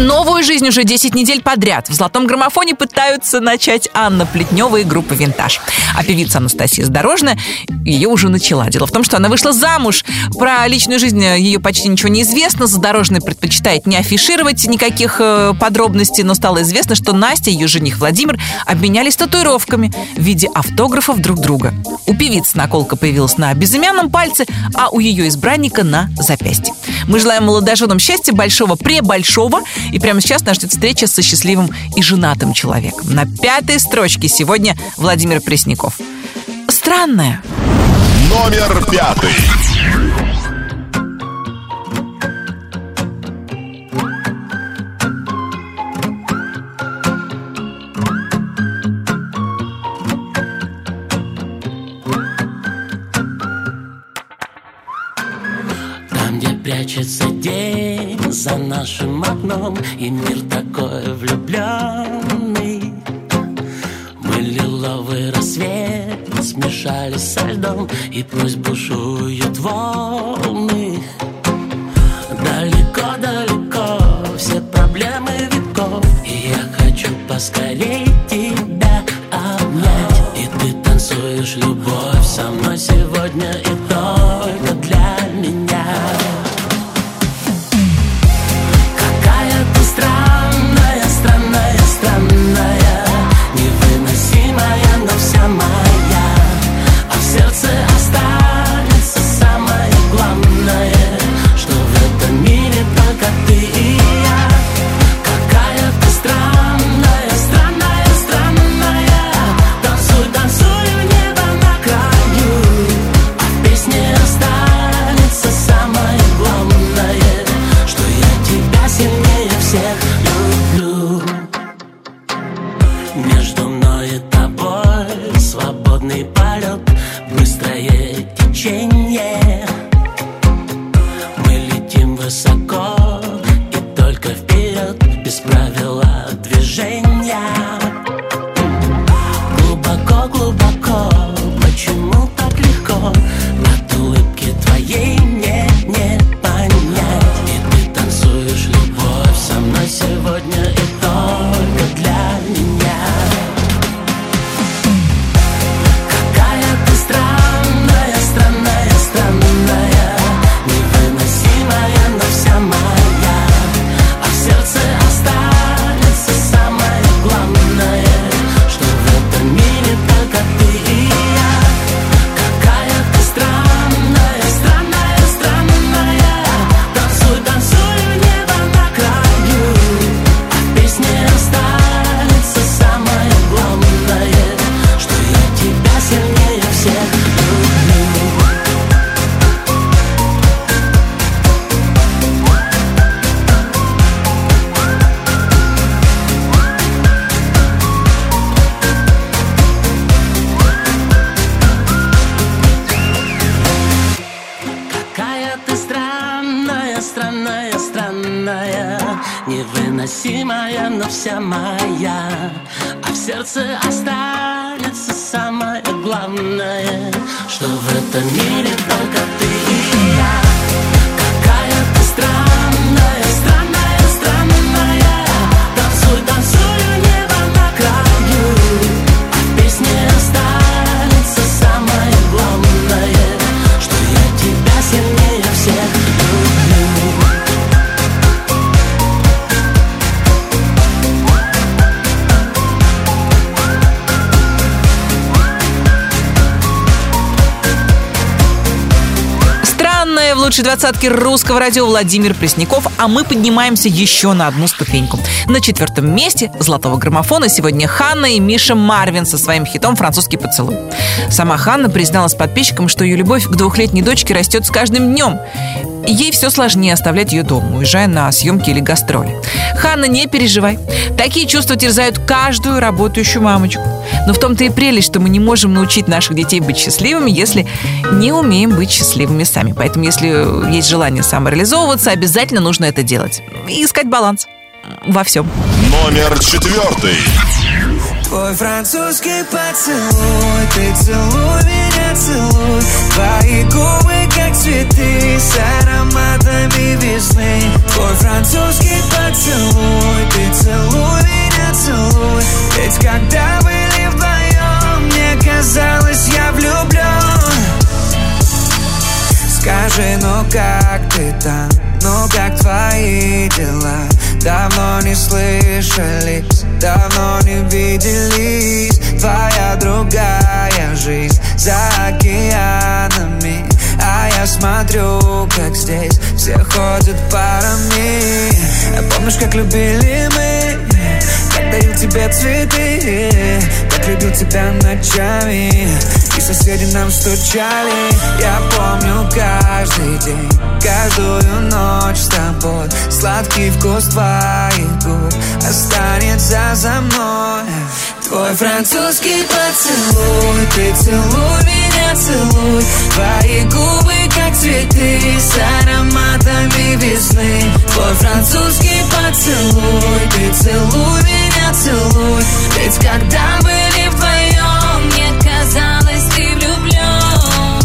Новую жизнь уже десять недель подряд в «Золотом граммофоне» пытаются начать Анна Плетнева и группа «Винтаж». А певица Анастасия Задорожная ее уже начала. Дело в том, что она вышла замуж. Про личную жизнь ее почти ничего не известно. Задорожная предпочитает не афишировать никаких э, подробностей, но стало известно, что Настя и ее жених Владимир обменялись татуировками в виде автографов друг друга. У певицы наколка появилась на безымянном пальце, а у ее избранника на запястье. Мы желаем молодоженам счастья большого, пребольшого. И прямо сейчас нас ждет встреча со счастливым и женатым человеком. На пятой строчке сегодня Владимир Пресняков. Странная. Номер пятый. Там, где прячется день за нашим окном, и мир такой влюбленный, мы лиловый рассвет смешались со льдом, и пусть бушуют волны. Далеко-далеко все проблемы веков, и я хочу поскорей тебя обнять. И ты танцуешь любовь со мной сегодня и только для меня. Какая ты странная, странная, странная, невыносимая, но вся моя. А в сердце останется самое главное, что в этом мире только ты и я. Какая ты странная, странная, странная, танцуй, танцуй в небо на краю. А в песне останется самое главное, что я тебя сильнее всех люблю. Между мной и тобой свободный полет, быстрое течение. Мы летим высоко и только вперед, без правила движения. Глубоко, глубоко, почему так легко от улыбки твоей мне не понять. И ты танцуешь любовь со мной сегодня и только для меня. Какая ты странная, странная, странная, невыносимая, но вся моя. А в сердце останется самое главное, что в этом мире только ты и я. Какая ты странная, странная, странная, танцуй, танцуй в небо на краю. А в песне останется самое главное, что я тебя сильнее всех люблю. Какая ты странная, странная, странная, невыносимая, но вся моя. А в сердце останется самое главное, что в этом мире только ты и я. Какая ты странная, странная, странная, танцуй, танцуй в небо на краю. А в песне останется самое главное, что я тебя сильнее всех люблю. Странная в лучшей двадцатке русского радио Владимир Пресняков, а мы поднимаемся еще на одну ступеньку. На четвертом месте «Золотого граммофона» сегодня Ханна и Миша Марвин со своим хитом «Французский поцелуй». Сама Ханна призналась подписчикам, что ее любовь к двухлетней дочке растет с каждым днем. Ей все сложнее оставлять ее дома, уезжая на съемки или гастроли. Ханна, не переживай. Такие чувства терзают каждую работающую мамочку. Но в том-то и прелесть, что мы не можем научить наших детей быть счастливыми, если не умеем быть счастливыми сами. Поэтому, если есть желание самореализовываться, обязательно нужно это делать. И искать баланс во всем. Номер четвертый. Твой французский поцелуй, ты целуй меня, целуй. Твои губы как цветы с ароматами весны. Твой французский поцелуй, Скажи, ну как ты там, ну как твои дела? Давно не слышались, давно не виделись. Твоя другая жизнь за океанами, а я смотрю, как здесь все ходят парами. Помнишь, как любили мы, как дарил тебе цветы, как любил тебя ночами, и соседи нам стучали. Я помню каждый день, каждую ночь с тобой. Сладкий вкус твоих губ останется за мной. Твой французский поцелуй, ты целуй меня, целуй. Твои губы как цветы с ароматами весны. Твой французский поцелуй, ты целуй меня, целуй. Ведь когда были вдвоем, мне казалось, ты влюблен.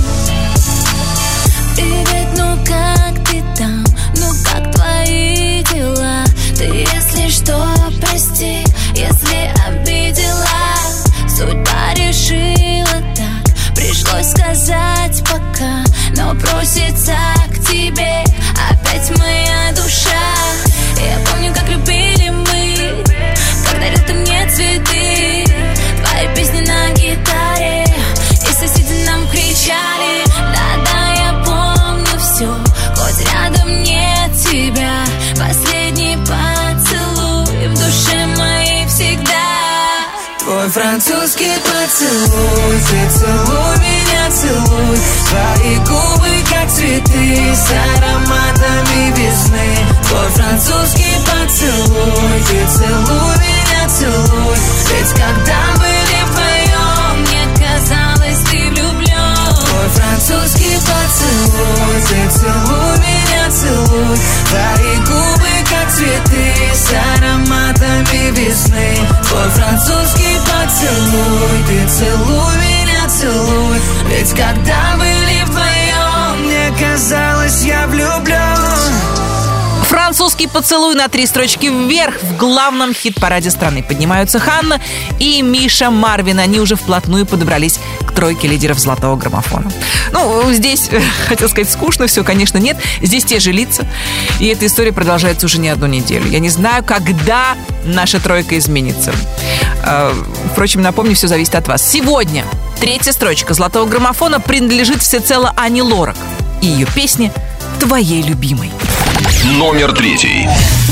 Привет, ну как ты там, ну как твои дела? Ты, если что, прости, если обидела. Судьба решила так, пришлось сказать пока, но просится к тебе опять моя душа. Я помню, как любили мы, как дарил ты мне цветы. Твои песни на гитаре, и соседи нам кричали. Да-да, я помню все, хоть рядом нет тебя. Последний поцелуй в душе моей всегда. Твой французский поцелуй, ты целуй меня, целуй. Твои губы как цветы с ароматами весны. Твой французский поцелуй, ты целуй меня, целуй. Ведь когда были вдвоем, мне казалось, ты влюблен. Твой французский поцелуй, ты целуй меня, целуй. Твои губы как цветы с ароматами весны. Твой французский поцелуй, ты целуй меня, целуй. Ведь когда были вдвоем, мне казалось, я влюблен. Французский поцелуй на три строчки вверх. В главном хит-параде страны поднимаются Ханна и Миша Марвин. Они уже вплотную подобрались к тройке лидеров золотого граммофона. Ну, здесь, хотел сказать, скучно все, конечно, нет. Здесь те же лица. И эта история продолжается уже не одну неделю. Я не знаю, когда наша тройка изменится. Впрочем, напомню, все зависит от вас. Сегодня третья строчка золотого граммофона принадлежит всецело Ане Лорак и ее песне «Твоей любимой». Номер третий.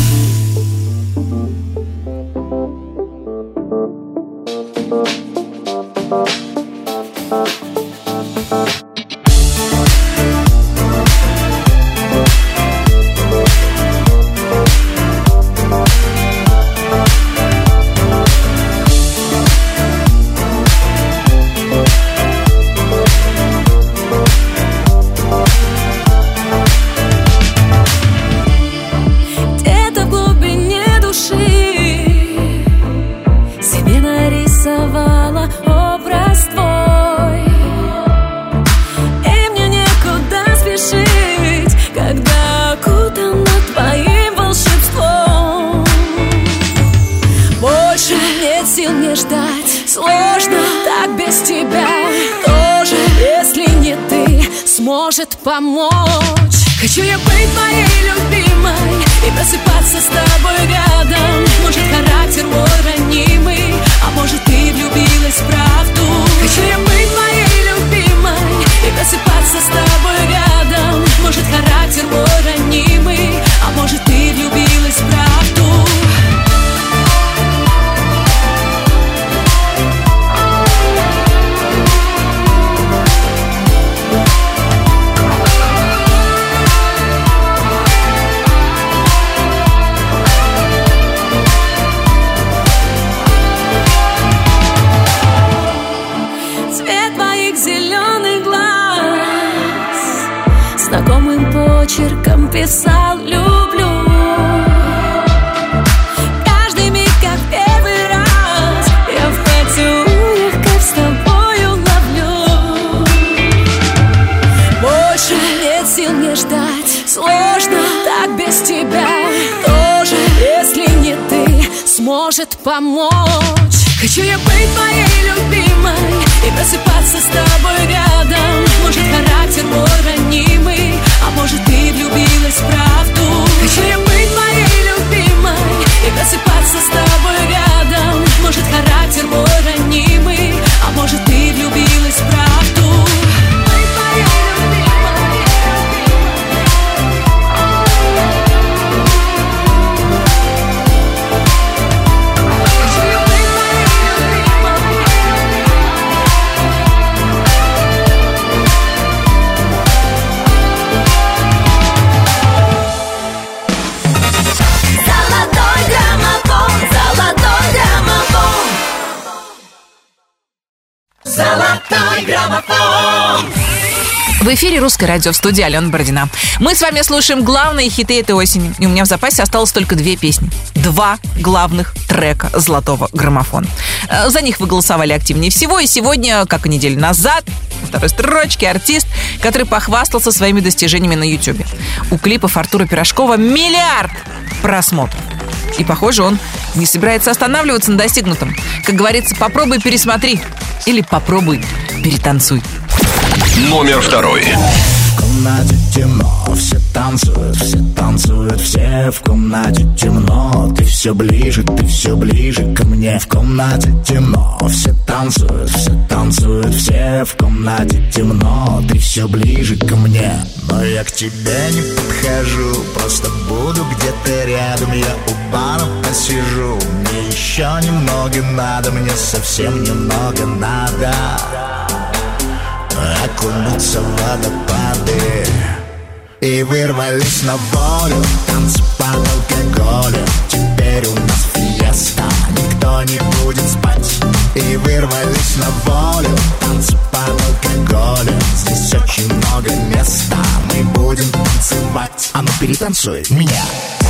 Может помочь. Хочу я быть твоей любимой и просыпаться с тобой рядом. Может, характер мой ранимый, а может, ты влюбилась в правду. Хочу я быть твоей любимой и просыпаться с тобой рядом. Может, характер мой ранимый, а может, ты влюбилась в правду. Знакомым почерком писал «люблю». Каждый миг как первый раз я в поцелуях, как с тобою ловлю. Больше нет сил мне ждать, сложно так без тебя. Тоже, если не ты, сможет помочь. Хочу я быть твоей любимой и просыпаться с тобой рядом. Может, характер мой ранимый, В эфире «Русское радио», в студии Алена Бородина. Мы с вами слушаем главные хиты этой осени. И у меня в запасе осталось только две песни. Два главных трека золотого граммофона. За них вы голосовали активнее всего. И сегодня, как и неделю назад, на второй строчке артист, который похвастался своими достижениями на Ютубе. У клипов Артура Пирожкова миллиард просмотров. И, похоже, он не собирается останавливаться на достигнутом. Как говорится, попробуй пересмотри. Или попробуй перетанцуй. Номер второй. В комнате темно, все танцуют, все танцуют, все в комнате темно. Ты все ближе, ты все ближе ко мне. В комнате темно, все танцуют, все танцуют, все в комнате темно. Ты все ближе ко мне, но я к тебе не подхожу. Просто буду где-то рядом, я у бара посижу. Мне еще немного надо, мне совсем немного надо окунуться в водопады. И вырвались на волю, танцы под алкоголем. Теперь у нас фиеста, никто не будет спать. И вырвались на волю, танцы под алкоголем. Здесь очень много места, мы будем танцевать. А ну перетанцуй меня.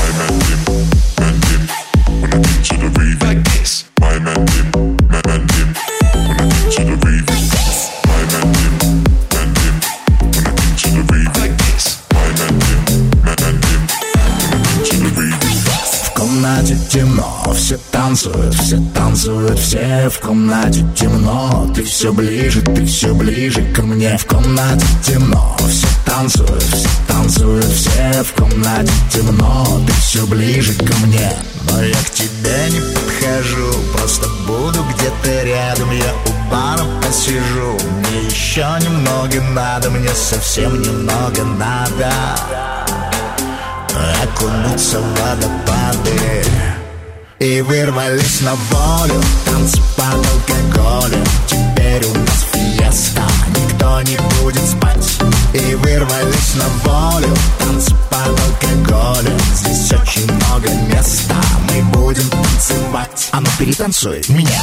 В комнате темно, все танцуют, все танцуют, все в комнате темно. Ты все ближе, ты все ближе ко мне. В комнате темно, все танцуют, все танцуют, все в комнате темно. Ты все ближе ко мне, но я к тебе не подхожу. Просто буду где-то рядом, я у бара посижу. Мне еще немного надо, мне совсем немного надо окунуться в водопады. И вырвались на волю, танцы под алкоголем. Теперь у нас фиеста, никто не будет спать. И вырвались на волю, танцы под алкоголем. Здесь очень много места, мы будем танцевать. А ну перетанцуй меня.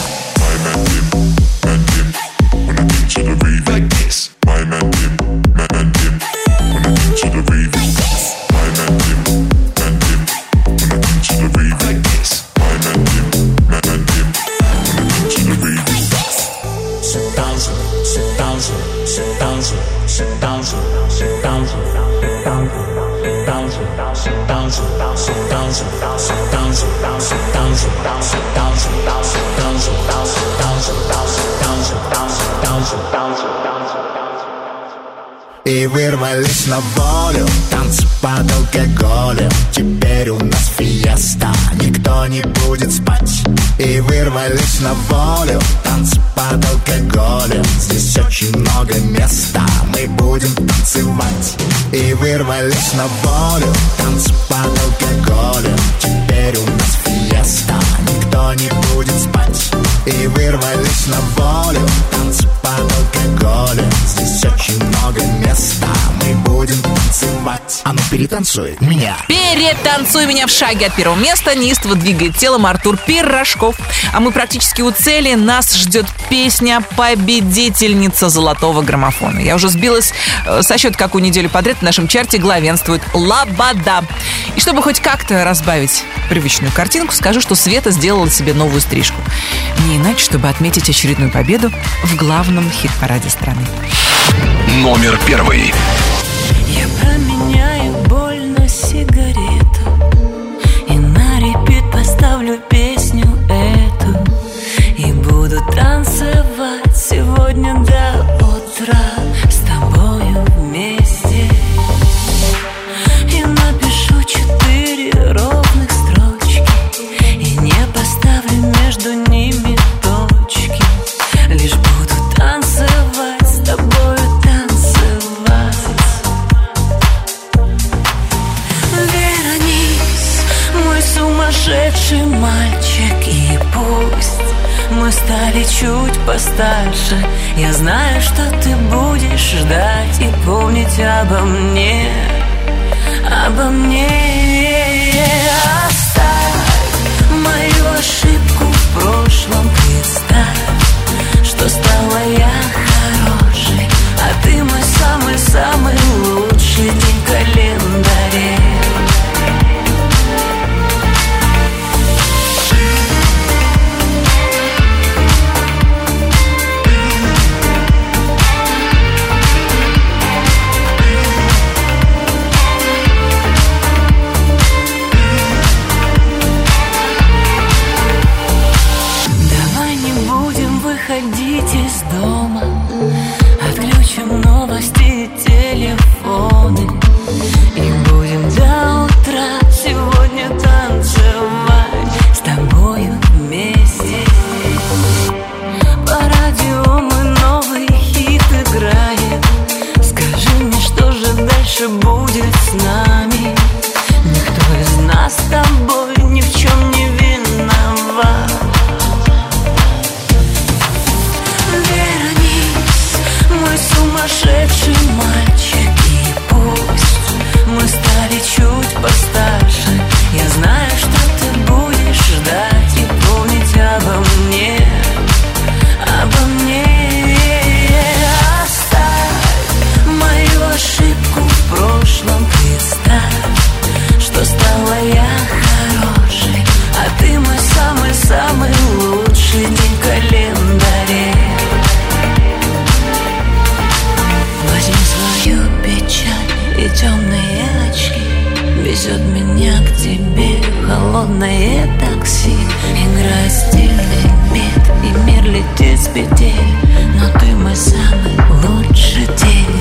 И вырвались на волю, танцы под алкоголем. Теперь у нас фиеста, никто не будет спать. И вырвались на волю, танцы под алкоголем. Здесь очень много места, мы будем танцевать. И вырвались на волю, танцы под алкоголем. Теперь у нас фиеста, никто не будет спать. И вырвались на волю, танцы под алкоголем. Здесь очень много места, мы будем танцевать. А ну перетанцуй меня. Перетанцуй меня в шаге от первого места. Неистово двигает телом Артур Пирожков. А мы практически у цели. Нас ждет песня «Победительница золотого граммофона». Я уже сбилась со счета, какую неделю подряд в нашем чарте главенствует «Лобода». И чтобы хоть как-то разбавить привычную картинку, скажу, что Света сделала себе новую стрижку. Не иначе, чтобы отметить очередную победу в главном хит-параде страны. Номер первый. Я променяю боль на сигарету и на репит поставлю песню эту. И буду танцевать сегодня до утра с тобою вместе. И напишу четыре ровных строчки и не поставлю между ними точки. Лишь буду танцевать с тобою, танцевать. Вернись, мой сумасшедший мальчик, и пусть мы стали чуть постарше, я знаю, что ты будешь ждать и помнить обо мне, обо мне. Оставь мою ошибку в прошлом, представь, что стала я хорошей, а ты мой самый-самый будет с нами. Никто из нас с тобой ни в чем не виноват. Вернись, мой сумасшедший мальчик, и пусть мы стали чуть постарше. Я знаю, что ты будешь ждать и помнить обо мне, обо мне. Оставь мою ошибку в прошлом, представь, что стала я хорошей, а ты мой самый-самый лучший день в календаре. Возьми свою печаль и темные очки, везет меня к тебе холодное такси. Играет стильный бит, и мир летит с петель, но ты мой самый лучший день.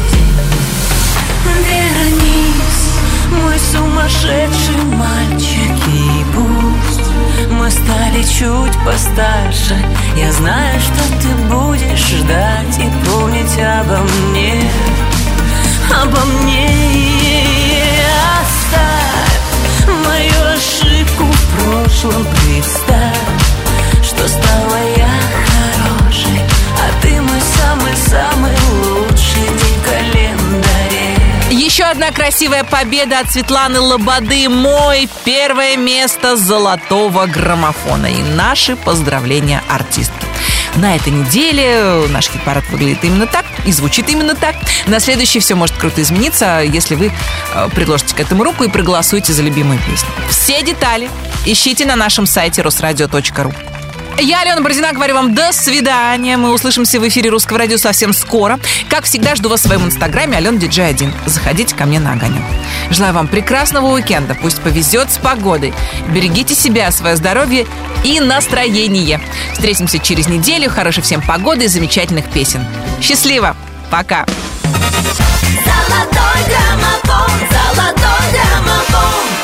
Вернись, мой сумасшедший мальчик, и пусть мы стали чуть постарше. Я знаю, что ты будешь ждать и помнить обо мне, обо мне. Оставь мою ошибку в прошлом, представь, что стала я хорошей, а ты мой самый-самый лучший день в календаре. Еще одна красивая победа от Светланы Лободы. Мой первое место золотого граммофона. И наши поздравления артистке. На этой неделе наш хит-парад выглядит именно так и звучит именно так. На следующий все может круто измениться, если вы предложите к этому руку и проголосуете за любимую песню. Все детали ищите на нашем сайте русрадио точка ру. Я, Алена Бородина, говорю вам до свидания. Мы услышимся в эфире Русского радио совсем скоро. Как всегда, жду вас в своем инстаграме Алена Диджей один. Заходите ко мне на огонек. Желаю вам прекрасного уикенда. Пусть повезет с погодой. Берегите себя, свое здоровье и настроение. Встретимся через неделю. Хорошей всем погоды и замечательных песен. Счастливо. Пока. Золотой граммофон, золотой граммофон.